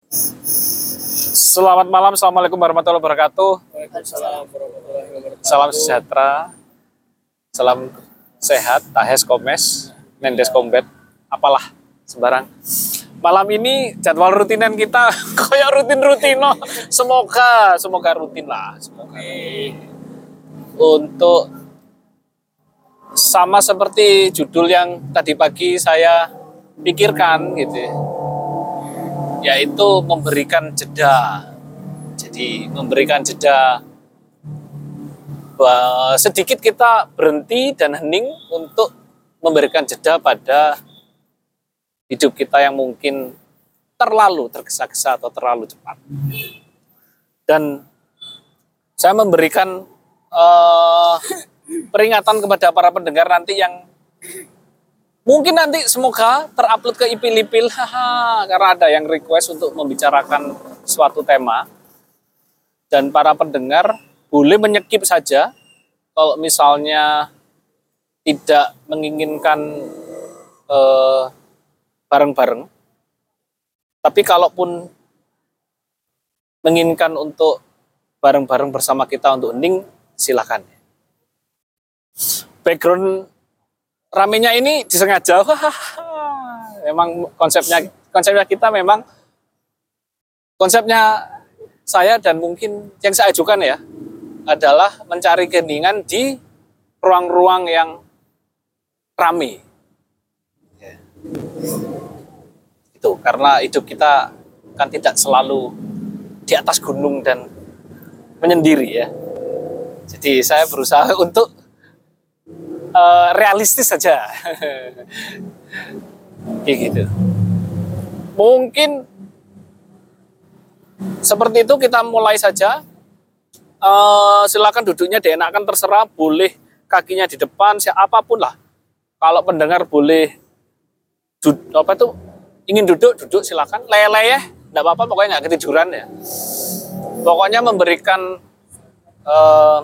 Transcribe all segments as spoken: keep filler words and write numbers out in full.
Selamat malam, Assalamualaikum warahmatullahi wabarakatuh. Waalaikumsalam warahmatullahi wabarakatuh. Salam sejahtera, salam sehat, tahes komes, nendes kombet, apalah sembarang. Malam ini jadwal rutinan kita kayak rutin-rutino. Semoga, semoga rutin lah. Semoga. Untuk sama seperti judul yang tadi pagi saya pikirkan gitu ya, yaitu memberikan jeda. Jadi memberikan jeda, sedikit kita berhenti dan hening untuk memberikan jeda pada hidup kita yang mungkin terlalu tergesa-gesa atau terlalu cepat. Dan saya memberikan uh, peringatan kepada para pendengar nanti yang mungkin nanti semoga terupload ke Ipil-Ipil, haha, karena ada yang request untuk membicarakan suatu tema. Dan para pendengar boleh menyekip saja kalau misalnya tidak menginginkan eh, bareng-bareng. Tapi kalaupun menginginkan untuk bareng-bareng bersama kita untuk hening, silakan. Background ramenya ini disengaja. Memang konsepnya konsepnya kita memang konsepnya saya dan mungkin yang saya ajukan ya adalah mencari keheningan di ruang-ruang yang ramai. Ya. Itu karena hidup kita kan tidak selalu di atas gunung dan menyendiri ya. Jadi saya berusaha untuk uh, realistis saja. Kayak gitu. Mungkin seperti itu kita mulai saja. Uh, silakan duduknya dienakkan, terserah, boleh kakinya di depan, siapapun lah. Kalau pendengar boleh duduk, apa tuh ingin duduk, duduk silakan. Lele ya, enggak apa-apa, pokoknya nggak ketiduran ya. Pokoknya memberikan uh,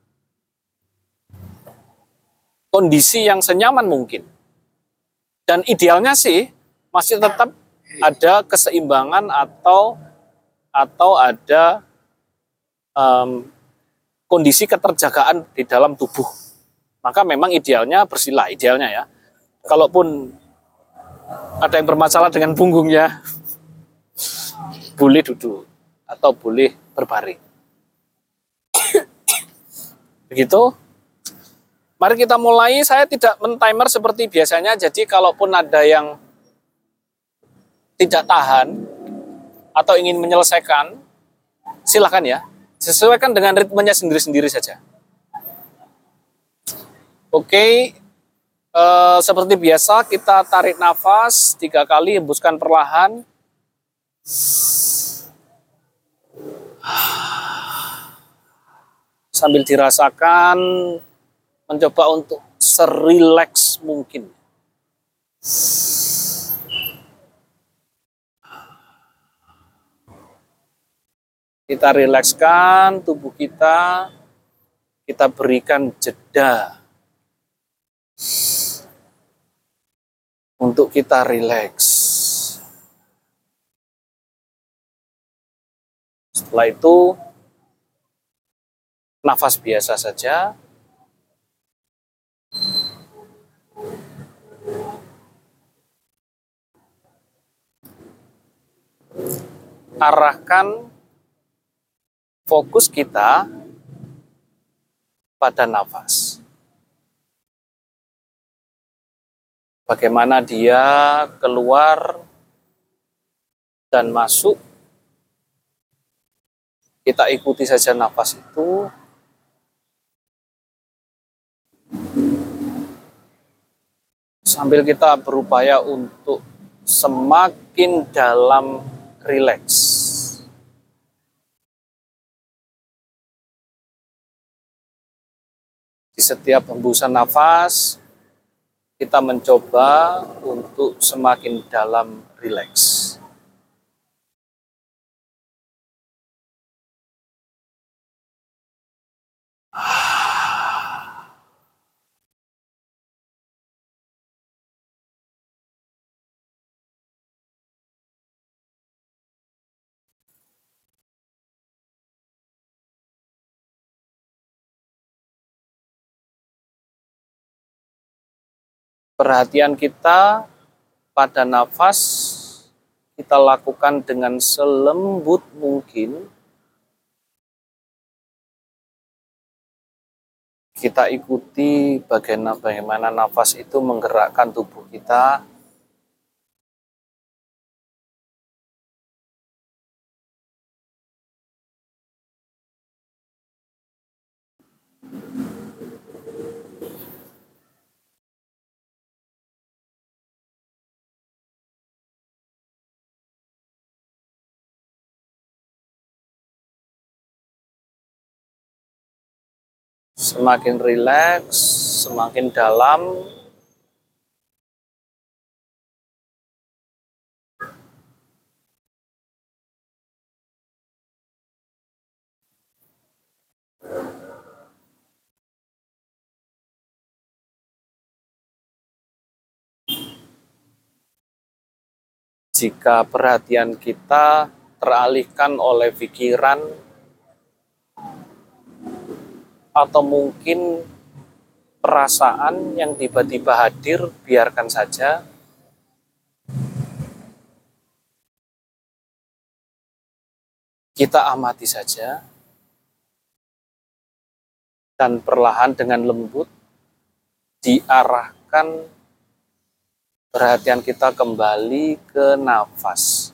kondisi yang senyaman mungkin. Dan idealnya sih masih tetap ada keseimbangan atau atau ada um, kondisi keterjagaan di dalam tubuh. Maka memang idealnya bersila, idealnya ya. Kalaupun ada yang bermasalah dengan punggungnya, boleh duduk atau boleh berbaring. Begitu. Mari kita mulai. Saya tidak men-timer seperti biasanya, jadi kalaupun ada yang tidak tahan atau ingin menyelesaikan, silakan ya. Sesuaikan dengan ritmenya sendiri-sendiri saja. Oke, eh, seperti biasa kita tarik nafas tiga kali, hembuskan perlahan. Sambil dirasakan, mencoba untuk serileks mungkin. Kita rilekskan tubuh kita, kita berikan jeda untuk kita rileks. Setelah itu, nafas biasa saja. Arahkan fokus kita pada nafas. Bagaimana dia keluar dan masuk. Kita ikuti saja nafas itu. Sambil kita berupaya untuk semakin dalam rileks. Di setiap hembusan nafas, kita mencoba untuk semakin dalam rileks. Perhatian kita pada nafas kita lakukan dengan selembut mungkin. Kita ikuti bagaimana, bagaimana nafas itu menggerakkan tubuh kita. Semakin rileks, semakin dalam. Jika perhatian kita teralihkan oleh pikiran atau mungkin perasaan yang tiba-tiba hadir, biarkan saja. Kita amati saja. Dan perlahan dengan lembut diarahkan perhatian kita kembali ke nafas.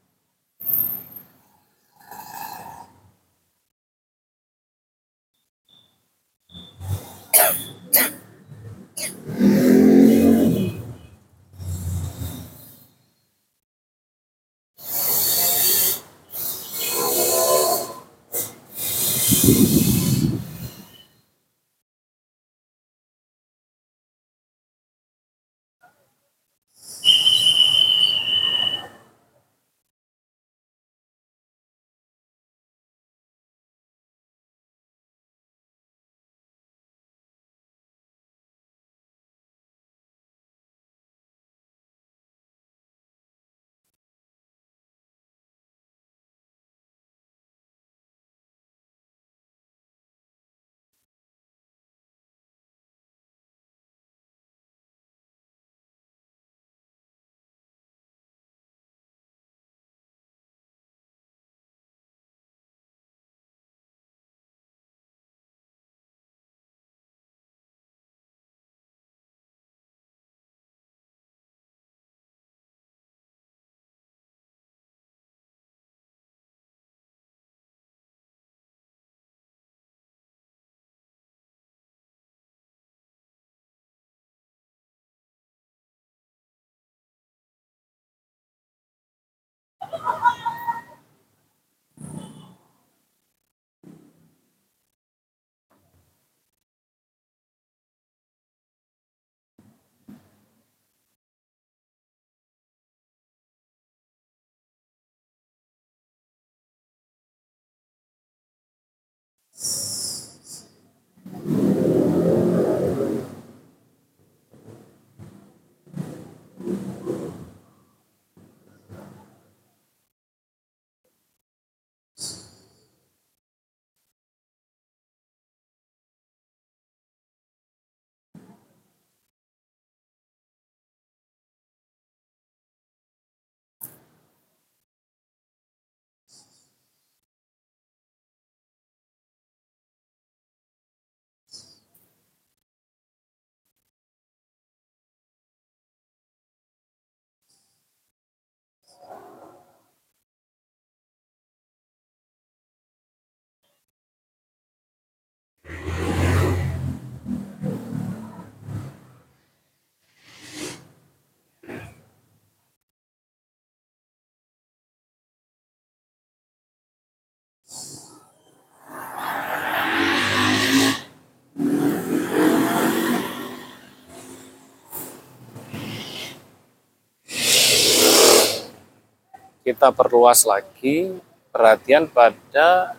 Kita perluas lagi perhatian pada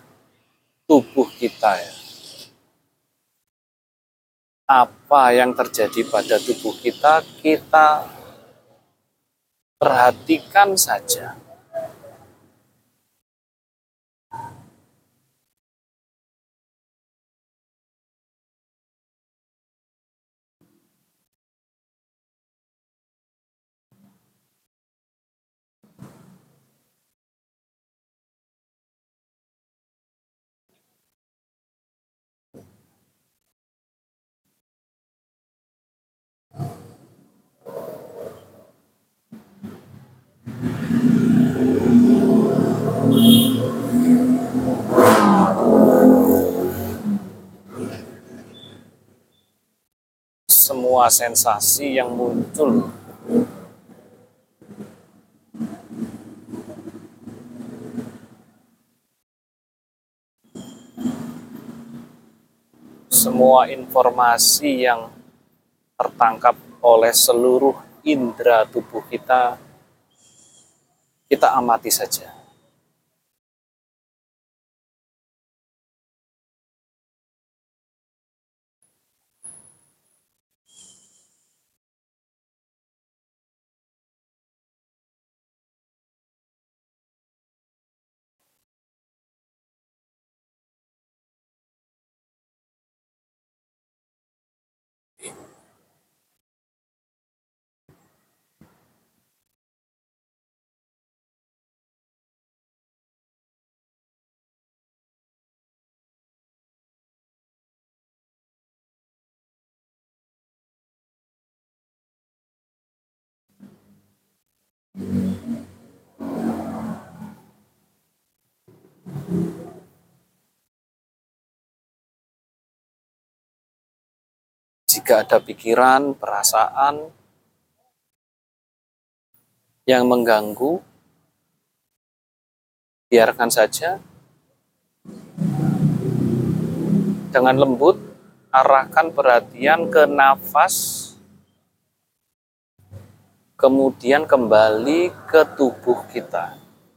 tubuh kita ya. Apa yang terjadi pada tubuh kita, kita perhatikan saja. semua sensasi yang muncul semua informasi yang tertangkap oleh seluruh indera tubuh kita, kita amati saja. Jika ada pikiran, perasaan yang mengganggu, biarkan saja. Dengan lembut, arahkan perhatian ke nafas, kemudian kembali ke tubuh kita.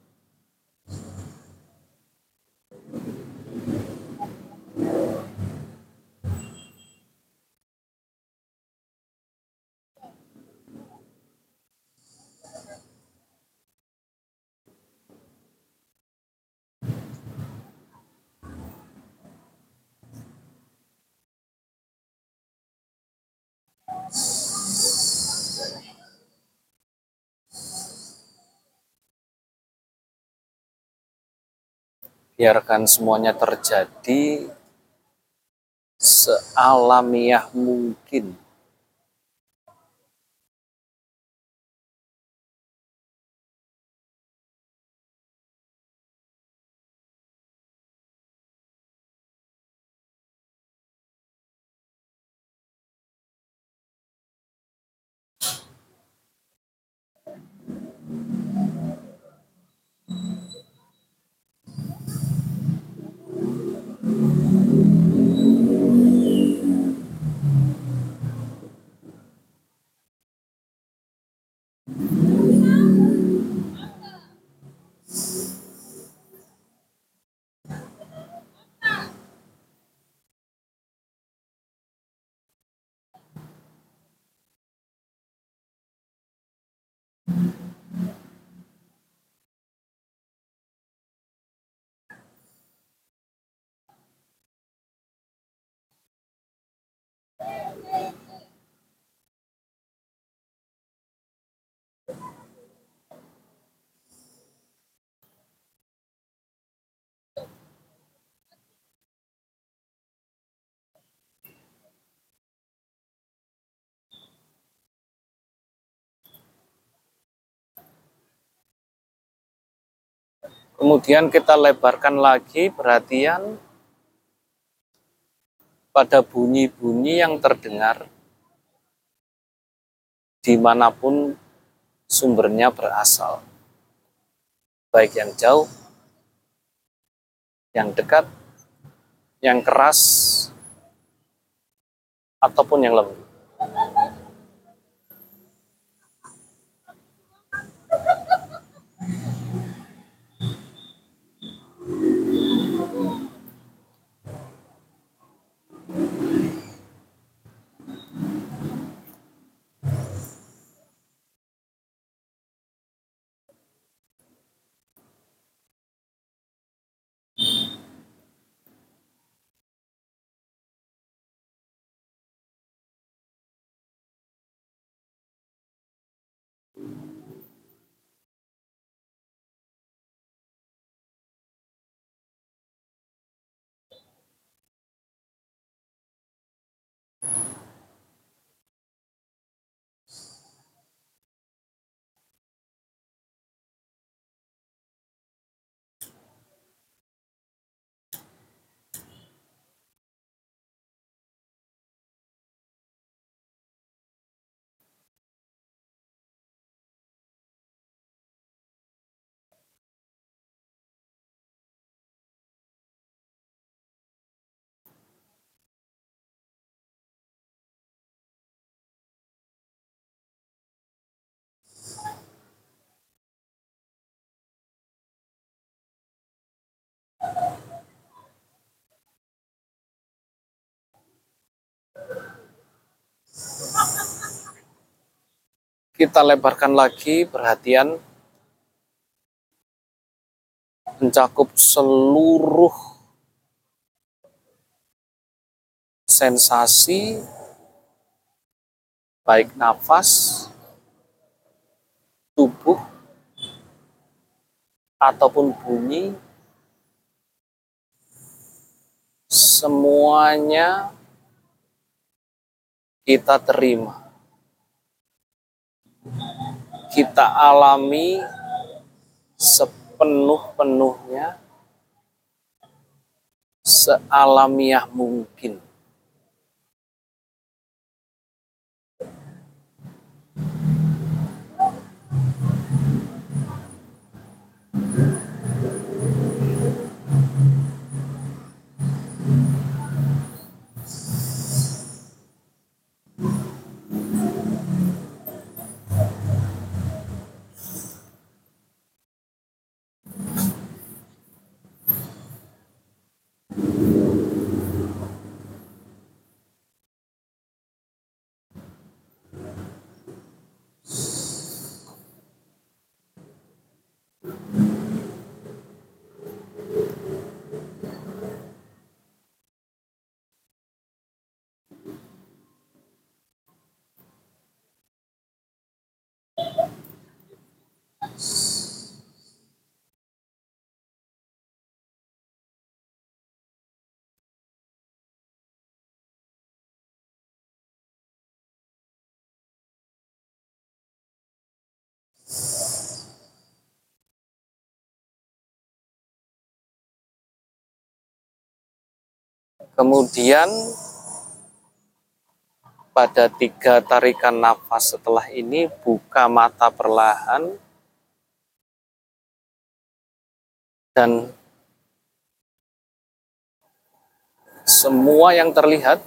Biarkan semuanya terjadi sealamiah mungkin. Kemudian kita lebarkan lagi perhatian pada bunyi-bunyi yang terdengar dimanapun sumbernya berasal. Baik yang jauh, yang dekat, yang keras, ataupun yang lembut. kita lebarkan lagi perhatian, mencakup seluruh sensasi, baik nafas, tubuh, ataupun bunyi, semuanya kita terima. Kita alami sepenuh-penuhnya, sealamiah mungkin. Kemudian pada tiga tarikan nafas setelah ini, buka mata perlahan dan semua yang terlihat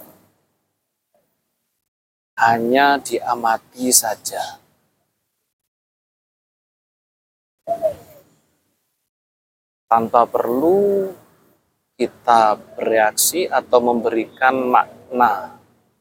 hanya diamati saja. Tanpa perlu kita bereaksi atau memberikan makna.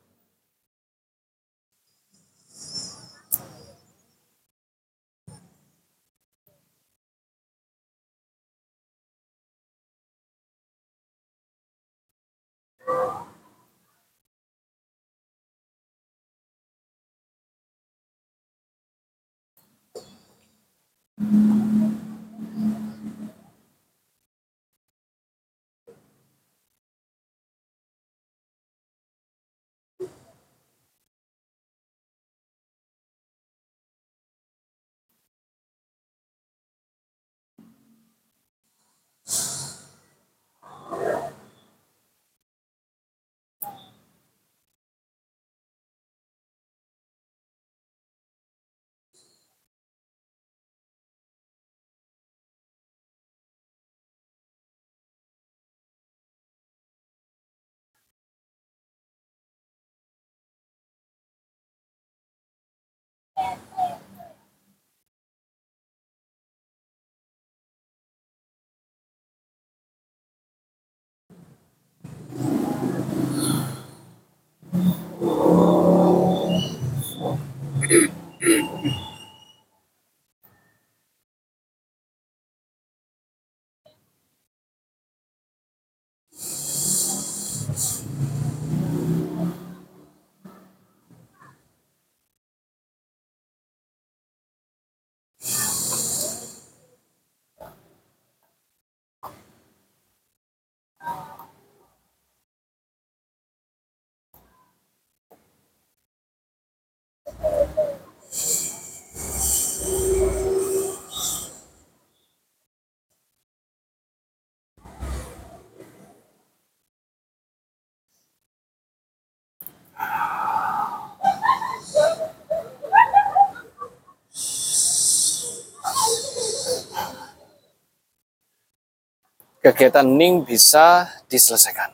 Kegiatan Ning bisa diselesaikan.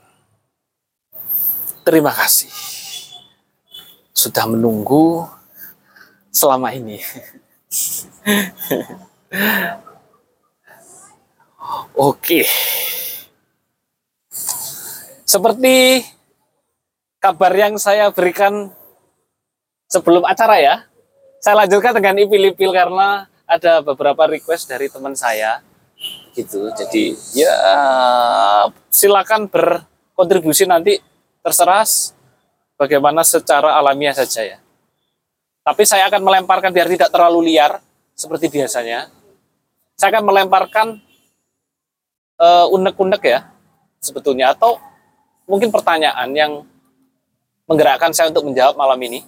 Terima kasih sudah menunggu selama ini. Oke. Seperti kabar yang saya berikan sebelum acara ya, Saya lanjutkan dengan ipil-ipil karena ada beberapa request dari teman saya gitu. Jadi ya silakan berkontribusi, nanti terserah bagaimana secara alamiah saja ya. Tapi saya akan melemparkan biar tidak terlalu liar seperti biasanya. Saya akan melemparkan uh, unek-unek ya sebetulnya, atau mungkin pertanyaan yang menggerakkan saya untuk menjawab malam ini.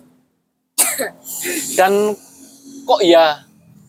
Dan kok ya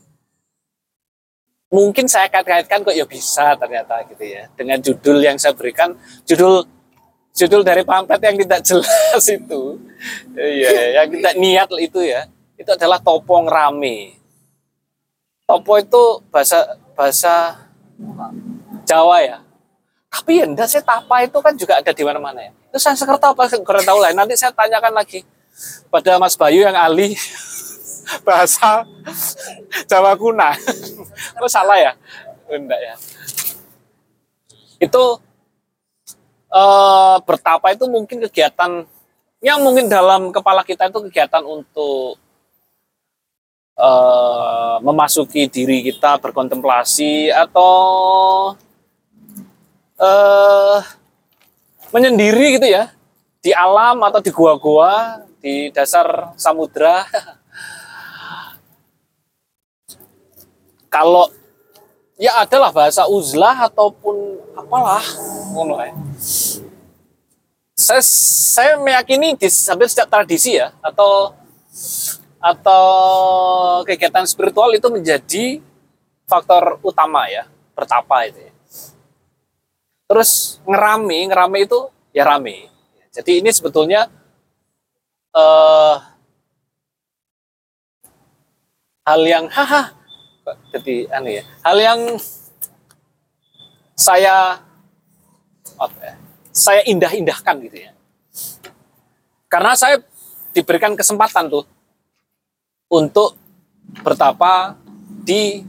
mungkin saya kait-kaitkan kok ya bisa ternyata gitu ya dengan judul yang saya berikan, judul judul dari pamflet yang tidak jelas itu. Iya, yang tidak niat itu ya. Itu adalah topong rame. Topo itu bahasa bahasa Jawa ya. Tapi ya enggak, saya tapa itu kan juga ada di mana-mana ya. Itu saya sekerta apa kurang tahu lah. Nanti saya tanyakan lagi pada Mas Bayu yang ahli bahasa Jawa kuna. Oh salah ya? Enggak ya. Itu eh, bertapa itu mungkin kegiatan yang mungkin dalam kepala kita itu kegiatan untuk Uh, memasuki diri kita, berkontemplasi, atau uh, menyendiri gitu ya, di alam atau di gua-gua, di dasar samudra. Kalau ya adalah bahasa uzlah ataupun apalah, saya, saya meyakini di hampir setiap tradisi ya, atau atau kegiatan spiritual itu menjadi faktor utama ya, bertapa itu ya. Terus ngerame, ngerame itu ya rame. Jadi ini sebetulnya uh, hal yang haha, jadi aneh ya, hal yang saya apa ya, saya indah-indahkan gitu ya. Karena saya diberikan kesempatan tuh untuk bertapa di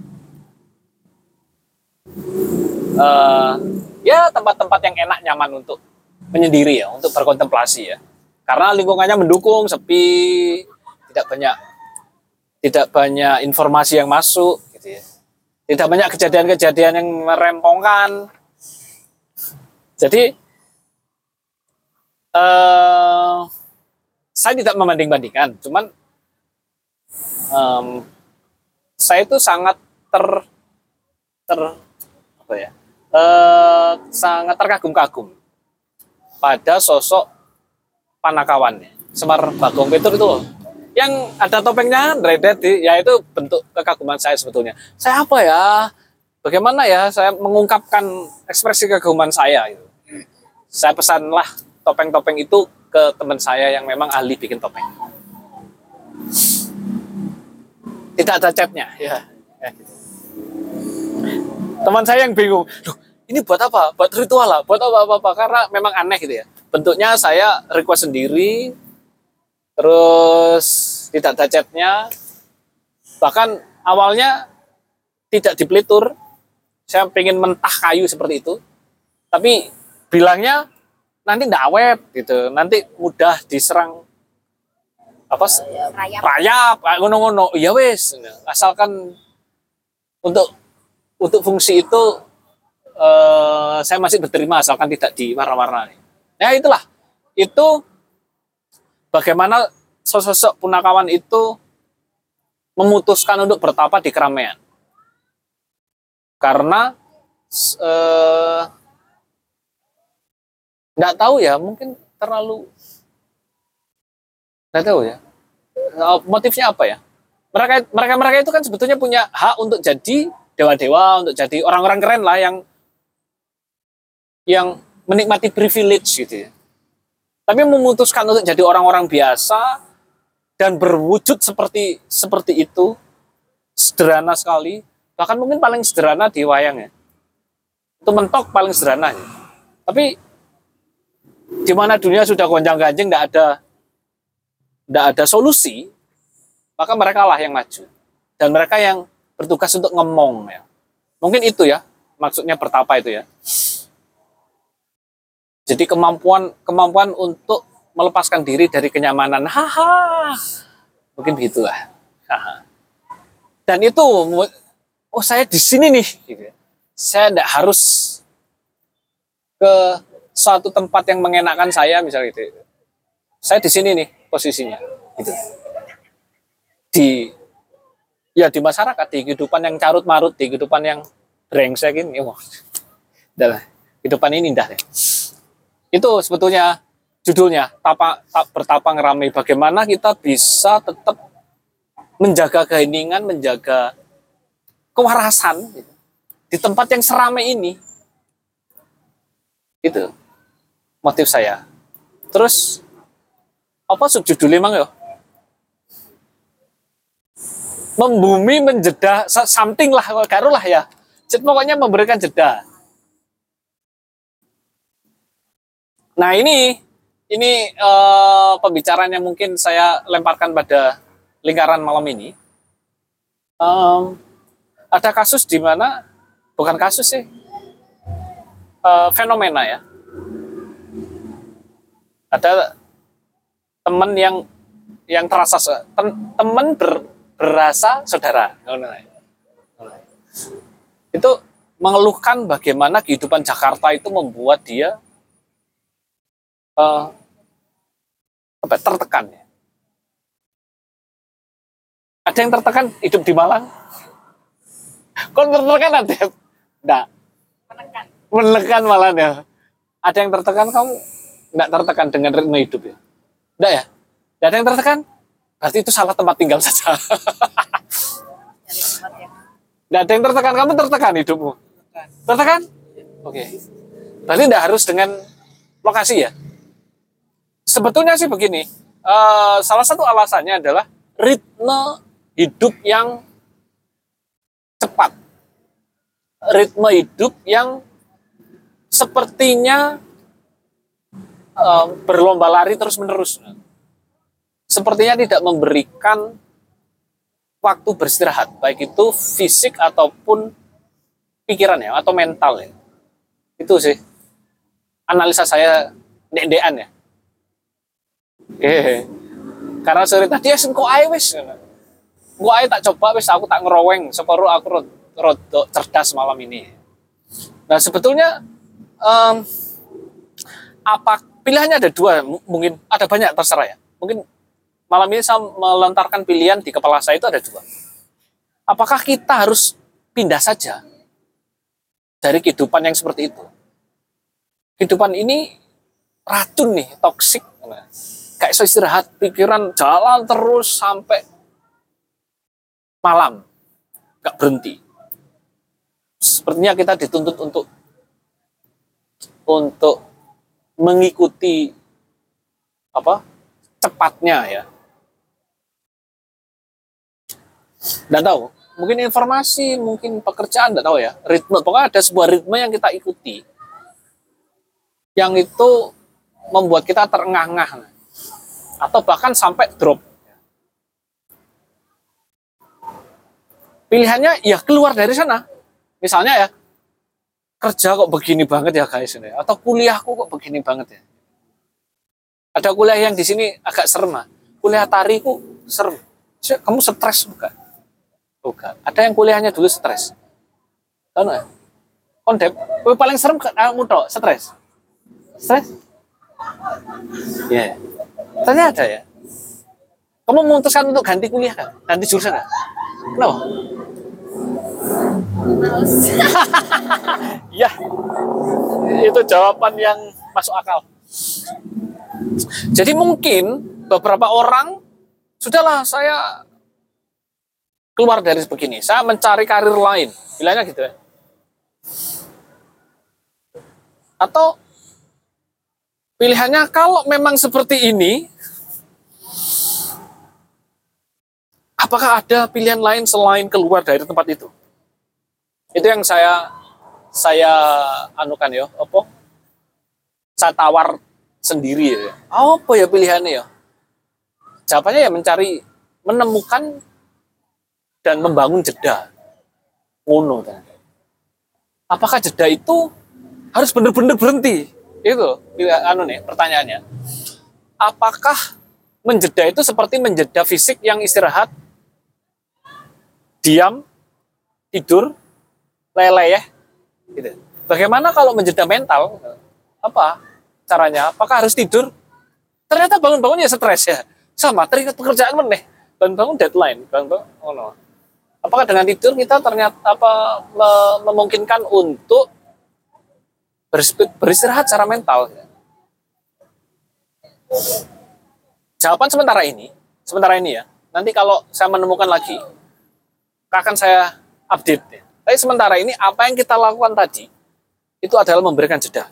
uh, ya tempat-tempat yang enak, nyaman untuk menyendiri ya, untuk berkontemplasi ya. Karena lingkungannya mendukung, sepi, tidak banyak tidak banyak informasi yang masuk gitu ya. Tidak banyak kejadian-kejadian yang merempongkan. Jadi uh, saya tidak membanding-bandingkan, cuman Um, saya itu sangat ter, ter apa ya, uh, sangat terkagum-kagum pada sosok Panakawan Semar Bagong Petur itu, yang ada topengnya dreaded, ya itu bentuk kekaguman saya sebetulnya. Saya apa ya, bagaimana ya saya mengungkapkan ekspresi kekaguman saya gitu. Saya pesanlah topeng-topeng itu ke teman saya yang memang ahli bikin topeng. Tidak ada catnya ya. Teman saya yang bingung, loh ini buat apa? Buat ritual lah, buat apa-apa, karena memang aneh gitu ya. Bentuknya saya request sendiri, terus tidak ada catnya. Bahkan awalnya tidak dipelitur, saya pengen mentah kayu seperti itu, tapi bilangnya nanti tidak awet gitu, nanti mudah diserang apa rayap, rayap ngono-ngono. Ya wes, asalkan untuk untuk fungsi itu eh, saya masih berterima, asalkan tidak diwarna-warna. Ya itulah, itu bagaimana sosok Punakawan itu memutuskan untuk bertapa di keramaian. Karena eh, nggak tahu ya, mungkin terlalu nggak tahu ya motifnya apa ya. Mereka mereka mereka itu kan sebetulnya punya hak untuk jadi dewa-dewa, untuk jadi orang-orang keren lah, yang yang menikmati privilege gitu ya. Tapi memutuskan untuk jadi orang-orang biasa dan berwujud seperti seperti itu, sederhana sekali, bahkan mungkin paling sederhana di wayang ya. Itu mentok paling sederhana ya. Tapi di mana dunia sudah gonjang-ganjing, tidak ada tidak ada solusi, maka mereka lah yang maju, dan mereka yang bertugas untuk ngomong ya. Mungkin itu ya maksudnya bertapa itu ya. Jadi kemampuan kemampuan untuk melepaskan diri dari kenyamanan. Haha. Mungkin begitulah. Aha. Dan itu, oh saya di sini nih, gitu. Saya tidak harus ke suatu tempat yang mengenakan saya, misalnya gitu. Saya di sini nih posisinya, gitu. Di ya di masyarakat, di kehidupan yang carut marut, di kehidupan yang brengsek ini, wah, adalah kehidupan ini indah deh. Itu sebetulnya judulnya tapa, tak bertapang ramai. Bagaimana kita bisa tetap menjaga keheningan, menjaga kewarasan gitu, di tempat yang seramai ini. Itu motif saya. Terus apa subjudulnya emang ya? Membumi menjeda something lah, karo lah ya. Jadi pokoknya memberikan jeda. Nah ini ini uh, pembicaraan yang mungkin saya lemparkan pada lingkaran malam ini. Um, ada kasus di mana, bukan kasus sih, uh, fenomena ya. Ada teman yang yang terasa tem, teman ber, berasa saudara. Itu mengeluhkan bagaimana kehidupan Jakarta itu membuat dia Uh, apa, tertekan ya. Ada yang tertekan hidup di Malang? Kok tertekan ada? Enggak. Menekan. Menekan malah ya. Ada yang tertekan, kamu enggak tertekan dengan ritme hidup ya? Enggak ya? Enggak ada yang tertekan? Berarti itu salah tempat tinggal saja. Enggak ada yang tertekan, kamu tertekan hidupmu? Tertekan? Oke. Okay. Berarti enggak harus dengan lokasi ya? Sebetulnya sih begini, uh, salah satu alasannya adalah ritme hidup yang cepat, ritme hidup yang sepertinya uh, berlomba lari terus-menerus, sepertinya tidak memberikan waktu beristirahat, baik itu fisik ataupun pikiran ya, atau mental ya. Itu sih analisa saya dek-dekan ya. Eh, karena sore tadi ya kok ae wis. Kok ae tak coba wis, aku tak ngeroweng separo aku rodok cerdas malam ini. Nah, sebetulnya um, apa pilihannya ada dua, mungkin ada banyak, terserah ya. Mungkin malam ini saya melontarkan pilihan di kepala saya itu ada dua. Apakah kita harus pindah saja dari kehidupan yang seperti itu? Kehidupan ini racun nih, toksik. Kayak so istirahat, pikiran jalan terus sampai malam, gak berhenti. Sepertinya kita dituntut untuk untuk mengikuti apa cepatnya ya. Nggak tahu, mungkin informasi, mungkin pekerjaan, nggak tahu ya. Ritme, pokoknya ada sebuah ritme yang kita ikuti, yang itu membuat kita terengah-engah. Atau bahkan sampai drop. Pilihannya ya keluar dari sana. Misalnya ya, kerja kok begini banget ya guys ini, atau kuliahku kok begini banget ya. Ada kuliah yang di sini agak serem lah. Kuliah tari ku serem. Kamu stres bukan? Bukan. Ada yang kuliahnya dulu stres. Tahu nggak? Kondep, paling serem kamu tok, stres. Stres? Ya. Yeah. Ternyata ya. Kamu memutuskan untuk ganti kuliah kan? Ganti jurusan kan? Kenapa? Ya. Itu jawaban yang masuk akal. Jadi mungkin beberapa orang, sudahlah saya keluar dari begini, saya mencari karir lain. Bilangnya gitu ya. Atau pilihannya kalau memang seperti ini, apakah ada pilihan lain selain keluar dari tempat itu? Itu yang saya saya anukan ya, apa? Saya tawar sendiri ya. Apa ya pilihannya ya? Jawabannya ya mencari, menemukan dan membangun jeda. Ngono kan. Apakah jeda itu harus benar-benar berhenti? Itu anu nih pertanyaannya. Apakah menjeda itu seperti menjeda fisik yang istirahat diam, tidur, leleh ya, gitu. Bagaimana kalau menjeda mental? Apa caranya? Apakah harus tidur? Ternyata bangun-bangun ya stres ya. Sama, terikat pekerjaan meneh. Bangun-bangun deadline, bangun-bangun, oh no. Apakah dengan tidur kita ternyata apa memungkinkan untuk beristirahat secara mental? Jawaban sementara ini, sementara ini ya. Nanti kalau saya menemukan lagi, akan saya update. Tapi sementara ini apa yang kita lakukan tadi itu adalah memberikan jeda.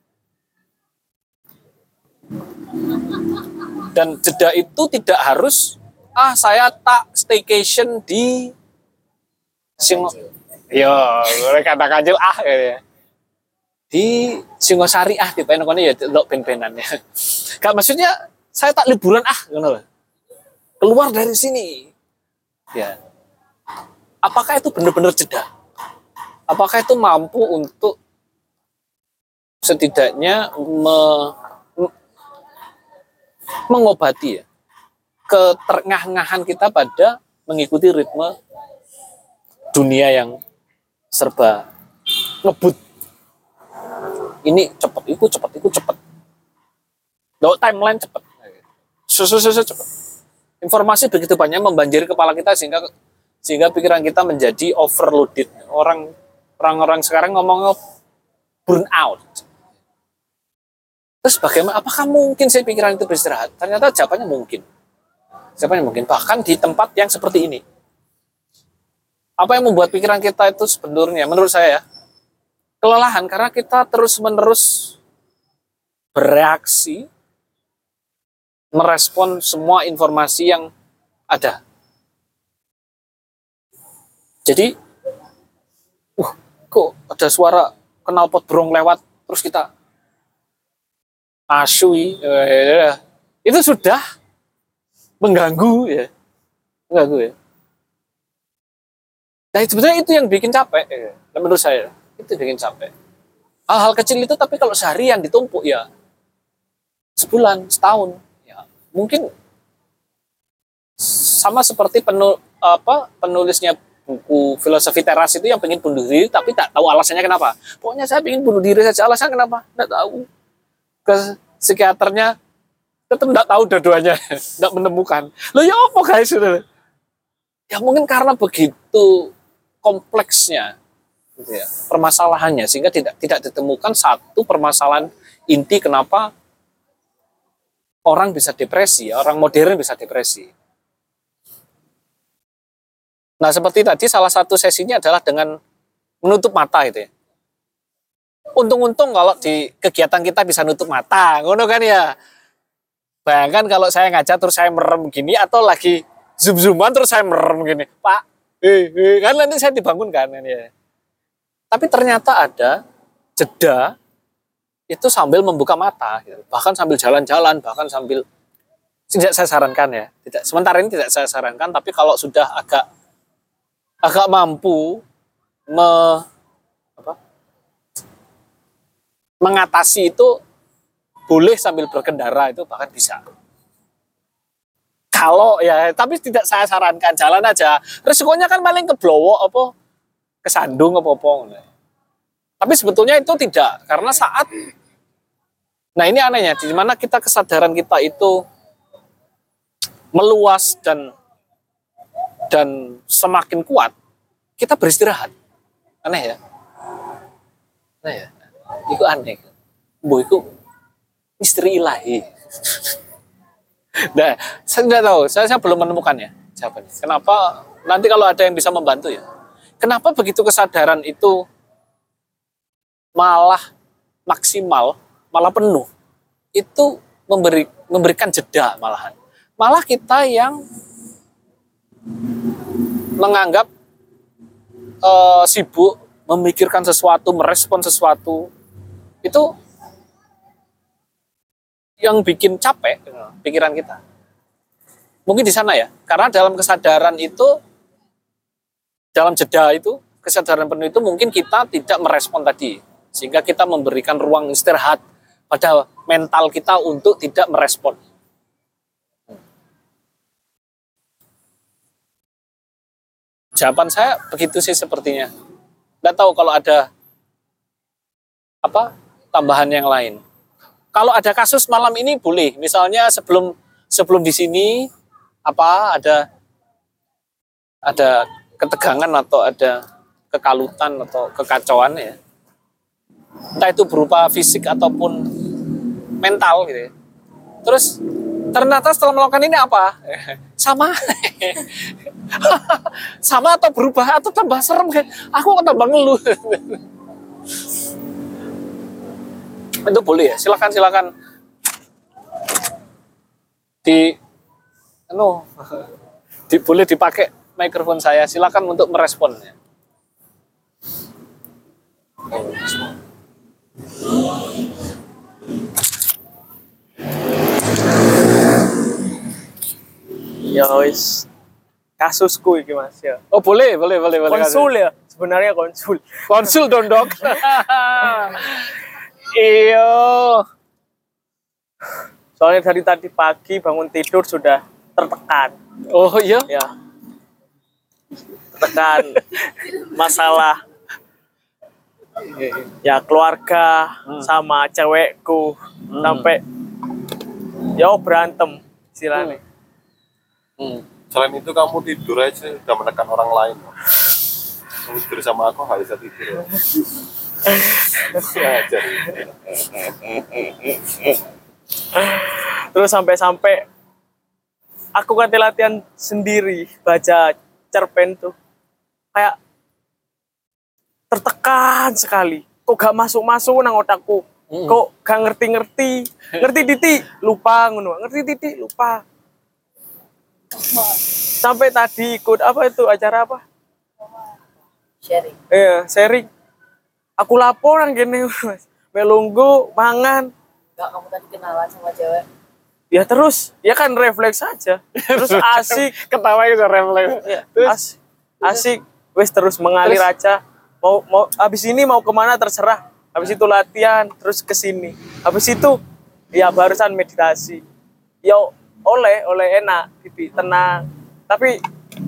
Dan jeda itu tidak harus ah saya tak staycation di Singo, yo kata kanjel ah ya. Di Singosari ah di penokone ya lo ben-benan ya. Gak maksudnya saya tak liburan ah ngono. Keluar dari sini. Ya. Apakah itu benar-benar jeda? Apakah itu mampu untuk setidaknya me, mengobati ya keterengah-engahan kita pada mengikuti ritme dunia yang serba ngebut. Ini cepat, itu cepat, itu cepat. Loh, timeline cepat. Susu-susu cepat. Informasi begitu banyak membanjiri kepala kita sehingga sehingga pikiran kita menjadi overloaded. Orang orang-orang sekarang ngomongnya burn out. Terus bagaimana? Apakah mungkin saya pikiran itu beristirahat? Ternyata jawabannya mungkin. Jawabannya mungkin. Bahkan di tempat yang seperti ini. Apa yang membuat pikiran kita itu sebenarnya, menurut saya ya, kelelahan karena kita terus-menerus bereaksi, merespon semua informasi yang ada. Jadi, uh, kok ada suara knalpot brong lewat, terus kita asyui, eh, itu sudah mengganggu ya, mengganggu ya. Nah, sebetulnya itu yang bikin capek, ya. Menurut saya itu bikin capek. Hal-hal kecil itu, tapi kalau seharian ditumpuk ya, sebulan, setahun, ya mungkin sama seperti penul, apa, penulisnya buku filosofi teras itu yang pengen bunuh diri, tapi tak tahu alasannya kenapa. Pokoknya saya pengen bunuh diri saja, alasannya kenapa? Tidak tahu. Ke psikiaternya tetap tidak tahu dua-duanya, tidak menemukan. Loh ya apa guys? Ya mungkin karena begitu kompleksnya gitu ya, permasalahannya sehingga tidak tidak ditemukan satu permasalahan inti kenapa orang bisa depresi, orang modern bisa depresi. Nah, seperti tadi salah satu sesinya adalah dengan menutup mata gitu ya. Untung-untung kalau di kegiatan kita bisa nutup mata, ngono kan ya. Bayangkan kalau saya ngajak terus saya merem gini atau lagi zoom-zooman terus saya merem gini, Pak. Eh, eh, kan nanti saya dibangunkan kan ya. Tapi ternyata ada jeda itu sambil membuka mata, gitu. Bahkan sambil jalan-jalan, bahkan sambil tidak saya sarankan ya. Tidak sementara ini tidak saya sarankan, tapi kalau sudah agak agak mampu me, apa, mengatasi itu boleh sambil berkendara itu bahkan bisa. Kalau ya, tapi tidak saya sarankan jalan aja. Resikonya kan paling keblowo apa kesandung apa-apa. Tapi sebetulnya itu tidak, karena saat nah ini anehnya di mana kita kesadaran kita itu meluas dan dan semakin kuat, kita beristirahat. Aneh ya. Aneh ya. Itu aneh. Bu itu misteri ilahi. Nah, saya tidak tahu, saya, saya belum menemukannya jawabannya. Kenapa? Nanti kalau ada yang bisa membantu ya. Kenapa begitu kesadaran itu malah maksimal, malah penuh? Itu memberi memberikan jeda malahan. Malah kita yang menganggap uh, sibuk, memikirkan sesuatu, merespon sesuatu, itu yang bikin capek pikiran kita. Mungkin di sana ya, karena dalam kesadaran itu, dalam jeda itu, kesadaran penuh itu mungkin kita tidak merespon tadi, sehingga kita memberikan ruang istirahat pada mental kita untuk tidak merespon. Jawaban saya begitu sih sepertinya. Nggak tahu kalau ada apa tambahan yang lain. Kalau ada kasus malam ini boleh, misalnya sebelum sebelum di sini apa ada ada ketegangan atau ada kekalutan atau kekacauan ya. Entah itu berupa fisik ataupun mental gitu ya. Terus ternyata setelah melakukan ini apa? Sama. Sama atau berubah atau tambah serem kan? Aku kok tambah ngeluh. Itu boleh ya, silakan silakan di anu di, boleh dipakai mikrofon saya, silakan untuk merespon ya. Ya wis. Kasusku iki Mas ya. Oh boleh, boleh, boleh, boleh. Konsul ya, sebenarnya konsul. Konsul dong dok. Iyo. Soalnya dari tadi pagi bangun tidur sudah tertekan. Oh iya. Ya. Tertekan masalah ya keluarga hmm. sama cewekku hmm. sampai ya berantem istilahnya. Hmm. Selain itu kamu tidur aja udah menekan orang lain. Kamu tidur sama aku nggak bisa tidur. Ajar. Terus sampai-sampai aku kan latihan sendiri baca cerpen tuh kayak tertekan sekali. Kok gak masuk-masuk nang otakku. Hmm. Kok gak ngerti-ngerti. Ngerti titik lupa ngono. Ngerti titik lupa. Sampai tadi ikut apa itu acara apa? Sharing. Iya, sharing. Aku lapor nang kene, Mas. Melunggu mangan. Enggak, kamu tadi kenalan sama cewek. Ya terus, ya kan refleks saja. Terus asik, ketawa itu refleks. Ya, asik. Asik, wes terus mengalir terus, aja. Mau mau habis ini mau kemana terserah. Habis itu latihan, terus ke sini. Habis itu ya barusan meditasi. Ya oleh oleh enak, pipi tenang. Tapi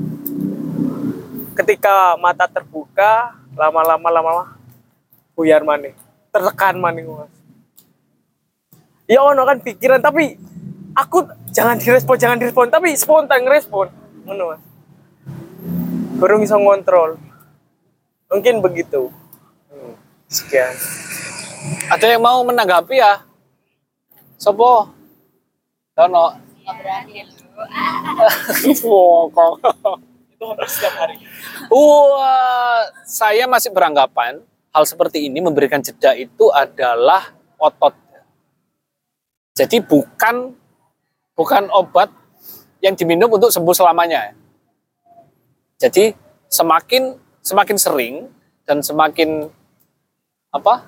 ketika mata terbuka, lama-lama lama-lama buyar maning, tertekan maning Mas. Ya ono kan pikiran tapi aku jangan direspon, jangan direspon, tapi spontan ngerespon. Ngono Mas. Kurang bisa ngontrol. Mungkin begitu. Hmm. Sekian. Ada yang mau menanggapi ya? Sopo? Dono. Wow, kok. Itu hampir setiap hari. Uh, saya masih beranggapan hal seperti ini memberikan jeda itu adalah otot. Jadi bukan bukan obat yang diminum untuk sembuh selamanya. Jadi semakin semakin sering dan semakin apa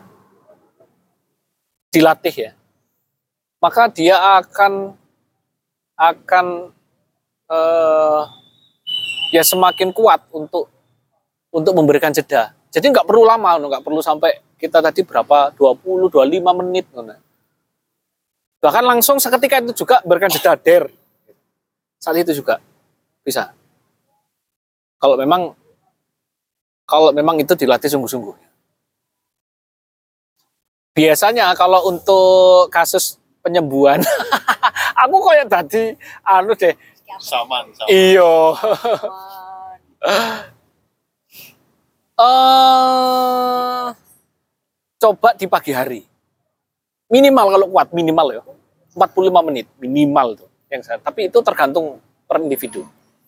dilatih ya, maka dia akan akan eh, ya semakin kuat untuk untuk memberikan jeda. Jadi nggak perlu lama, nggak perlu sampai kita tadi berapa dua puluh, dua puluh lima menit. Bahkan langsung seketika itu juga berikan jeda der. Saat itu juga bisa. Kalau memang kalau memang itu dilatih sungguh-sungguh. Biasanya kalau untuk kasus penyembuhan, aku kayak tadi anu deh. Saman, saman. Iyo. uh, coba di pagi hari. Minimal kalau kuat, minimal ya. empat puluh lima menit minimal tuh yang saya. Tapi itu tergantung per individu.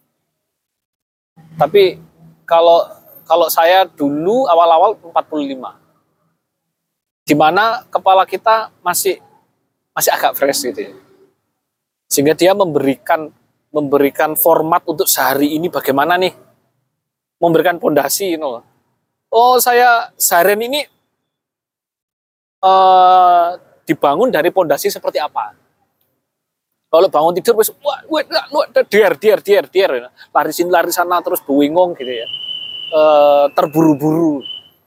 Tapi kalau kalau saya dulu awal-awal empat puluh lima. Di mana kepala kita masih masih agak fresh gitu ya. Sehingga dia memberikan memberikan format untuk sehari ini bagaimana nih? Memberikan pondasi, you know. Oh, saya seharian ini uh, dibangun dari pondasi seperti apa? Kalau bangun tidur wis wah, wah, wah, der der der der lari sini lari sana terus bengong gitu ya. Uh, terburu-buru.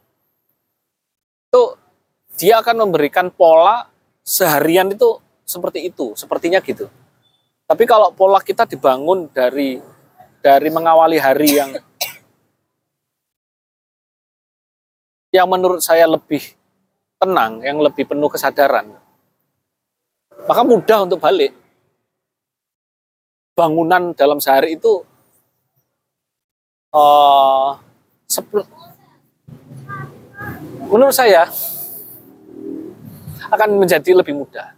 Itu dia akan memberikan pola seharian itu seperti itu, sepertinya gitu. Tapi kalau pola kita dibangun dari dari mengawali hari yang yang menurut saya lebih tenang, yang lebih penuh kesadaran, maka mudah untuk balik. Bangunan dalam sehari itu uh, sepul- menurut saya akan menjadi lebih mudah.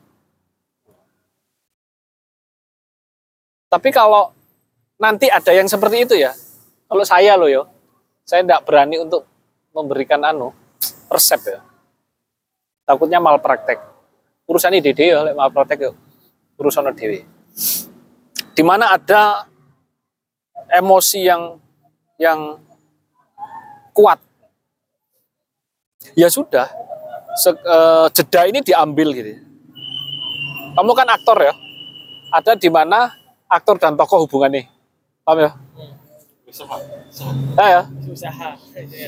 Tapi kalau nanti ada yang seperti itu ya, kalau saya loh yo, saya tidak berani untuk memberikan anu resep ya. Takutnya malpraktek. Urusan I D D ya, malpraktek yo. Urusan dewe. Di mana ada emosi yang yang kuat. Ya sudah, se, uh, jeda ini diambil gitu. Kamu kan aktor ya. Ada di mana aktor dan tokoh hubungannya. Paham ya? Ya, ya. Usaha.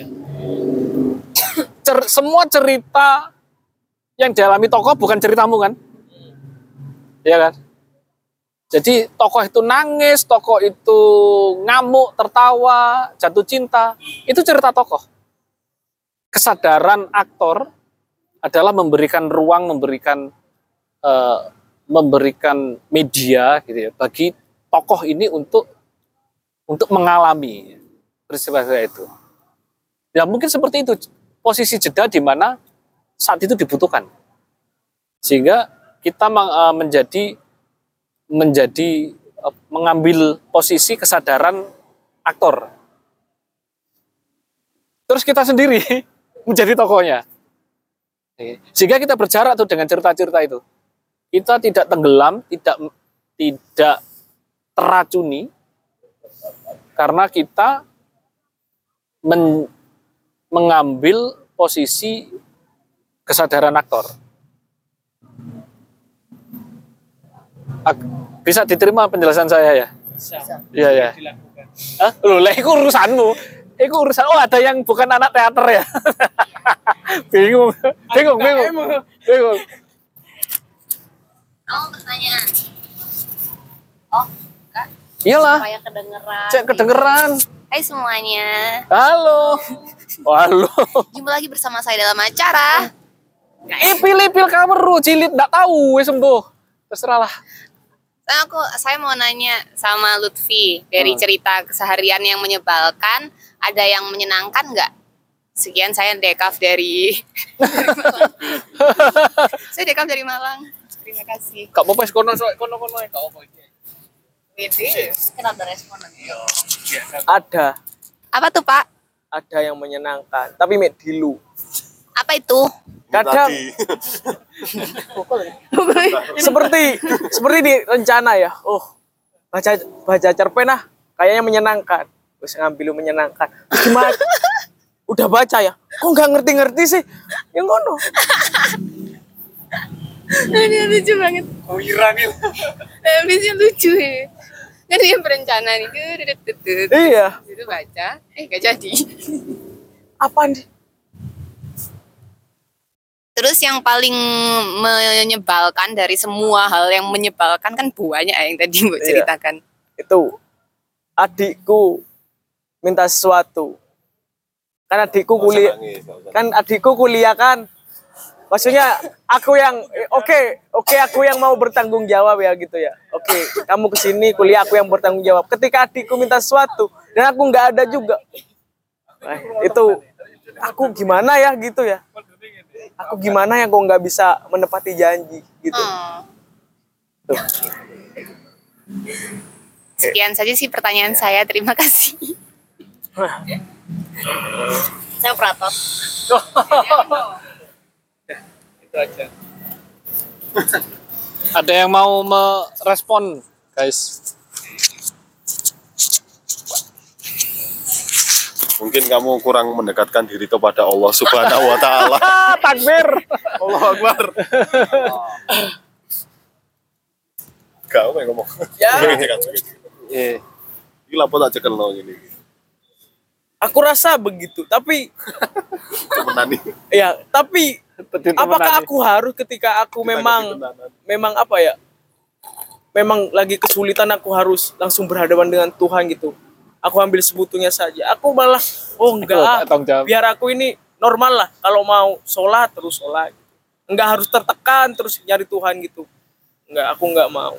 Cer, semua cerita yang dialami tokoh bukan ceritamu kan? Iya kan? Jadi tokoh itu nangis, tokoh itu ngamuk, tertawa, jatuh cinta, itu cerita tokoh. Kesadaran aktor adalah memberikan ruang, memberikan uh, memberikan media gitu ya bagi tokoh ini untuk untuk mengalami peristiwa itu. Ya mungkin seperti itu posisi jeda di mana saat itu dibutuhkan. Sehingga kita uh, menjadi menjadi uh, mengambil posisi kesadaran aktor. Terus kita sendiri menjadi tokohnya. Sehingga kita berjarak tuh dengan cerita-cerita itu. Kita tidak tenggelam, tidak tidak teracuni karena kita men, mengambil posisi kesadaran aktor. Bisa diterima penjelasan saya ya? Bisa. Iya ya. Dilakukan. Hah? Loh, lah itu urusanmu. Itu urusan. Oh, ada yang bukan anak teater ya? bingung. Bingung, bingung. Bingung. Oh, pertanyaan. Oh, Kak. Iyalah. Supaya kedengeran. Cek kedengeran. Hai semuanya. Halo. Oh, halo. Jumpa lagi bersama saya dalam acara. Ipil-ipil kameru, cilit nggak tahu, wes sembuh. Terserah lah. Nah, aku saya mau nanya sama Lutfi dari Hmm. cerita keseharian yang menyebalkan, ada yang menyenangkan nggak? Sekian saya Dekaf dari saya Dekaf dari Malang. Terima kasih. Kak Popes kono kono kono ya Kak Popes. Ini kenapa responan? Ada, Apa tuh Pak? ada yang menyenangkan, tapi mek dilu. Apa itu? Kadang Tadi. seperti seperti di rencana ya. Oh, baca baca cerpen ah, kayaknya menyenangkan. Terus ngambil menyenangkan. Terus gimana? Udah baca ya? Kok nggak ngerti-ngerti sih? Yang ngono. Ini lucu banget. Wirangin. Habisnya lucu ya. Kan dia berencana nih. Gedut-gedut. Iya. Itu baca, eh gak jadi. Apaan sih? Terus yang paling menyebalkan dari semua hal yang menyebalkan kan banyak ya yang tadi Mbak Iya. ceritakan. Itu adikku minta sesuatu. Kan adikku kuliah. Nangis, nggak usah. Kan adikku kuliah kan. Maksudnya aku yang eh, oke, oke aku yang mau bertanggung jawab ya gitu ya. Oke, kamu kesini kuliah aku yang bertanggung jawab. Ketika adikku minta sesuatu dan aku nggak ada juga. Nah, itu aku gimana ya gitu ya. Aku gimana ya kok nggak bisa menepati janji gitu. Hmm. Sekian saja sih pertanyaan saya. Terima kasih. Saya operator. Itu aja. Ada yang mau merespon, guys? Mungkin kamu kurang mendekatkan diri kepada Allah Subhanahu wa taala. Ah, takbir. Allahu Akbar. Gak apa yang ngomong. Ya. Eh, Gila apa tak cekel no gini. Aku rasa begitu, tapi Temenan nih. ya, tapi tadi apakah temenan aku harus ketika aku Kita memang ngerti temenan. memang apa ya? Memang lagi kesulitan aku harus langsung berhadapan dengan Tuhan gitu. Aku ambil sebutunya saja. Aku malah oh enggak, Ikut, ah, tanggung jawab. biar aku ini normal lah kalau mau sholat terus sholat, nggak harus tertekan terus nyari Tuhan gitu, nggak, aku nggak mau.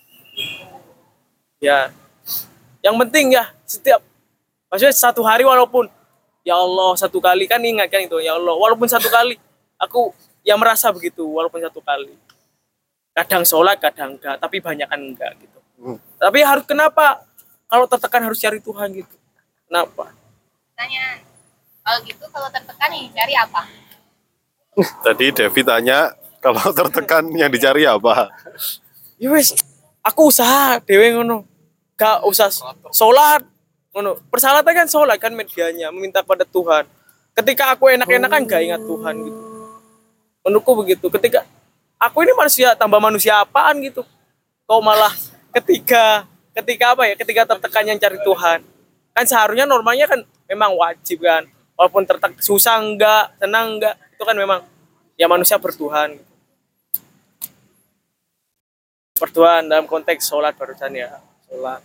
Ya, yang penting ya setiap, maksudnya satu hari walaupun ya Allah satu kali kan ingatkan itu ya Allah walaupun satu kali aku ya merasa begitu walaupun satu kali. Kadang sholat kadang enggak tapi banyak kan enggak gitu. Hmm. Tapi harus kenapa kalau tertekan harus cari Tuhan gitu? Kenapa? Tanya, kalau gitu kalau tertekan yang dicari apa? Tadi Devi tanya kalau tertekan yang dicari apa? Ya wes, aku usaha dewe ngono. Gak usah sholat ngono. Persyaratan kan sholat kan medianya meminta pada Tuhan. Ketika aku enak-enakan gak ingat Tuhan gitu. Menurutku begitu. Ketika aku ini manusia tambah manusia apaan gitu. Kau malah ketika ketika apa ya? Ketika tertekan yang cari Tuhan. Kan seharusnya normalnya kan memang wajib kan. Walaupun tertekan susah enggak, senang enggak, itu kan memang ya manusia bertuhan. Bertuhan dalam konteks sholat barusan ya. Sholat.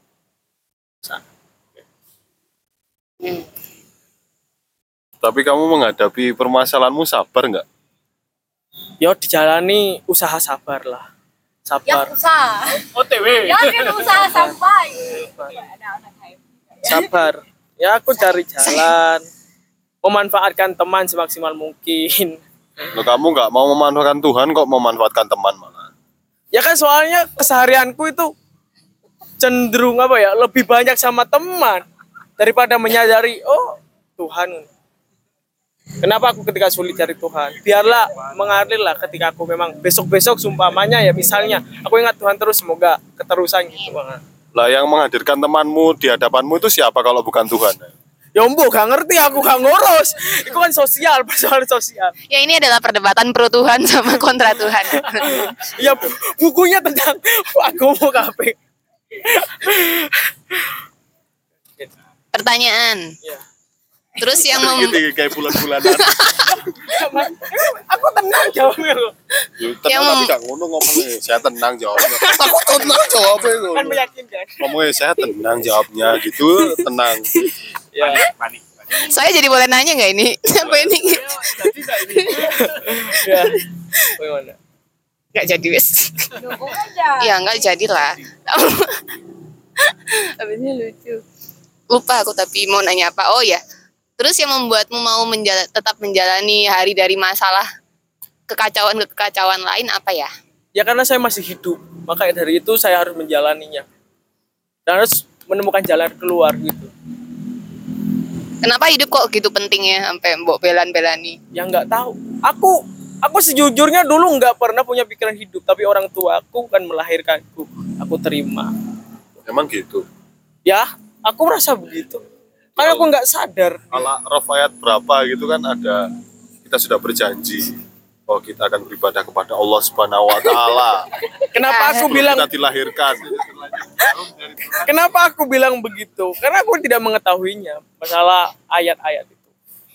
Hmm. Tapi kamu menghadapi permasalahanmu sabar nggak? Ya dijalani usaha sabar lah. Ya Sabar. usaha. O T W. Ya kan usaha sampai. Sabar. Ya aku cari jalan. Memanfaatkan teman semaksimal mungkin. Loh, kamu nggak mau memanfaatkan Tuhan kok memanfaatkan teman malah? Ya kan soalnya keseharianku itu cenderung apa ya? Lebih banyak sama teman daripada menyadari oh Tuhan. Kenapa aku ketika sulit cari Tuhan? Biarlah mengalir lah ketika aku memang besok-besok sumpamanya ya misalnya aku ingat Tuhan terus semoga keterusan gitu banget. Lah yang menghadirkan temanmu di hadapanmu itu siapa kalau bukan Tuhan? Ya ombo gak ngerti aku gak ngurus. Itu kan sosial, persoalan sosial. Ya ini adalah perdebatan pro Tuhan sama kontra Tuhan. Ya bukunya tentang agama kape. Pertanyaan. Ya. Terus yang mem Gitu kayak bulan-bulanan. Aku tenang jawabnya loh. Tenang Yang tapi mem- gak ngono ngomongnya. Saya tenang jawabnya. Aku tenang jawabnya itu. Kan meyakinkan. Ngomongnya saya tenang jawabnya gitu, tenang. Ya. saya jadi boleh nanya nggak ini? Apa ini? Ya. Bagaimana? Nggak jadi wes. Ya nggak jadilah. Abisnya lucu. Lupa aku tapi mau nanya apa? Oh ya. Terus yang membuatmu mau menjala- tetap menjalani hari dari masalah kekacauan ke kekacauan lain apa ya? Ya karena saya masih hidup, makanya dari itu saya harus menjalaninya. Dan harus menemukan jalan keluar gitu. Kenapa hidup kok gitu pentingnya sampai mbok belan-belani? Yang nggak tahu. Aku aku sejujurnya dulu nggak pernah punya pikiran hidup, tapi orang tua aku kan melahirkanku. Aku terima. Emang gitu. Ya, aku merasa begitu. Karena aku nggak sadar. Ala Raf ayat berapa gitu kan ada kita sudah berjanji bahwa kita akan beribadah kepada Allah Subhanahu wa taala. Kenapa aku Sebelum bilang kita dilahirkan. kenapa aku bilang begitu? Karena aku tidak mengetahuinya masalah ayat-ayat itu.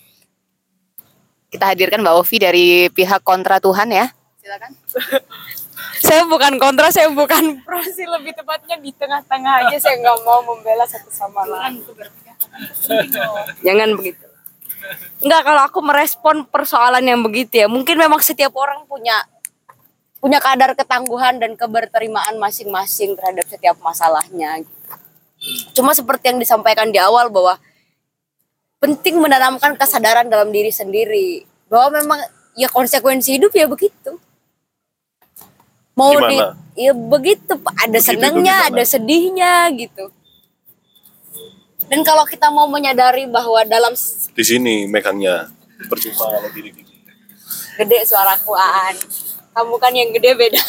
Kita hadirkan Mbak Ovi dari pihak kontra Tuhan ya. Silakan. Saya bukan kontra, saya bukan pro sih, lebih tepatnya di tengah-tengah aja. Saya nggak mau membela satu sama lain. Jangan begitu. Enggak, kalau aku merespon persoalan yang begitu ya, mungkin memang setiap orang punya punya kadar ketangguhan dan keberterimaan masing-masing terhadap setiap masalahnya. Cuma seperti yang disampaikan di awal bahwa penting menanamkan kesadaran dalam diri sendiri bahwa memang ya konsekuensi hidup ya begitu. Mau di Gimana? ya begitu, ada Begitu senengnya, gimana? ada sedihnya gitu. Dan kalau kita mau menyadari bahwa dalam s- Di sini megangnya. Percuma kalau diri gini. gede suaraku Aan, kamu kan yang gede beda.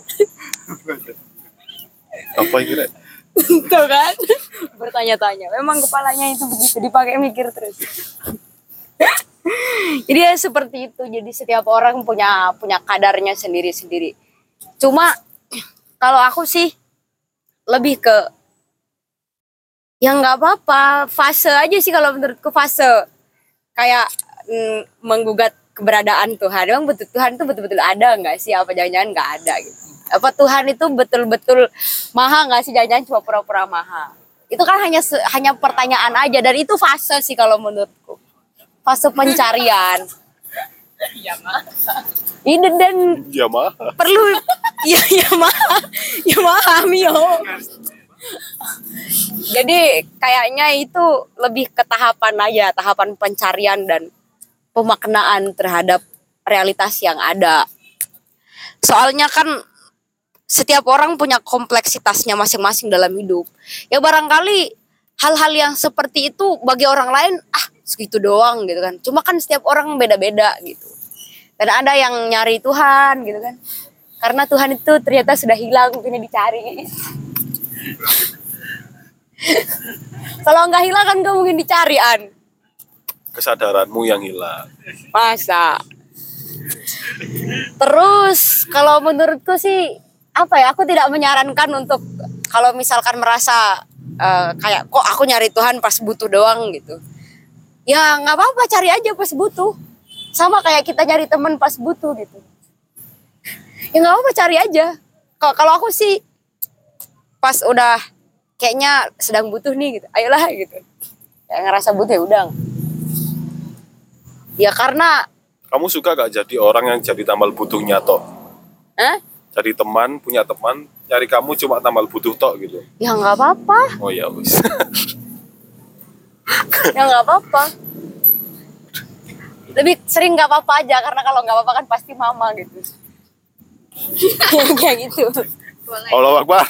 Apa kira? Tuh kan, bertanya-tanya. Memang kepalanya itu begitu, dipakai mikir terus. Jadi ya seperti itu. Jadi setiap orang punya punya kadarnya sendiri-sendiri. Cuma kalau aku sih lebih ke ya nggak apa-apa, fase aja sih kalau menurutku, fase kayak mm, menggugat keberadaan Tuhan. Emang betul Tuhan itu betul-betul ada nggak sih? Apa jangan-jangan nggak ada gitu? Apa Tuhan itu betul-betul maha nggak sih? Jangan-jangan cuma pura-pura maha? Itu kan hanya se- hanya pertanyaan aja, dan itu fase sih kalau menurutku. fase pencarian. Ini dan Ya mah. perlu ya ya mah ya paham yo. Jadi kayaknya itu lebih ke tahapan aja, tahapan pencarian dan pemaknaan terhadap realitas yang ada. Soalnya kan setiap orang punya kompleksitasnya masing-masing dalam hidup. Ya barangkali hal-hal yang seperti itu bagi orang lain ah segitu doang gitu kan. Cuma kan setiap orang beda-beda gitu. Dan ada yang nyari Tuhan gitu kan. Karena Tuhan itu ternyata sudah hilang, mungkin dicari. Kalau nggak hilang kan nggak mungkin dicari, An. Kesadaranmu yang hilang. Masa? Terus kalau menurutku sih apa ya, aku tidak menyarankan untuk kalau misalkan merasa uh, kayak kok aku nyari Tuhan pas butuh doang gitu. Ya nggak apa-apa, cari aja pas butuh. Sama kayak kita nyari teman pas butuh gitu. Ya nggak apa-apa, cari aja. Kalau kalau aku sih pas udah kayaknya sedang butuh nih gitu, ayolah gitu. Ya ngerasa butuh ya udah. Ya karena Kamu suka gak jadi orang yang jadi tambal butuhnya tok? Hah? Jadi teman, punya teman, cari kamu cuma tambal butuh tok gitu. Ya nggak apa-apa, Oh ya wis. ya nggak apa-apa. Lebih sering nggak apa-apa aja, karena kalau nggak apa-apa kan pasti mama gitu. Kayak gitu. Allah Akbar.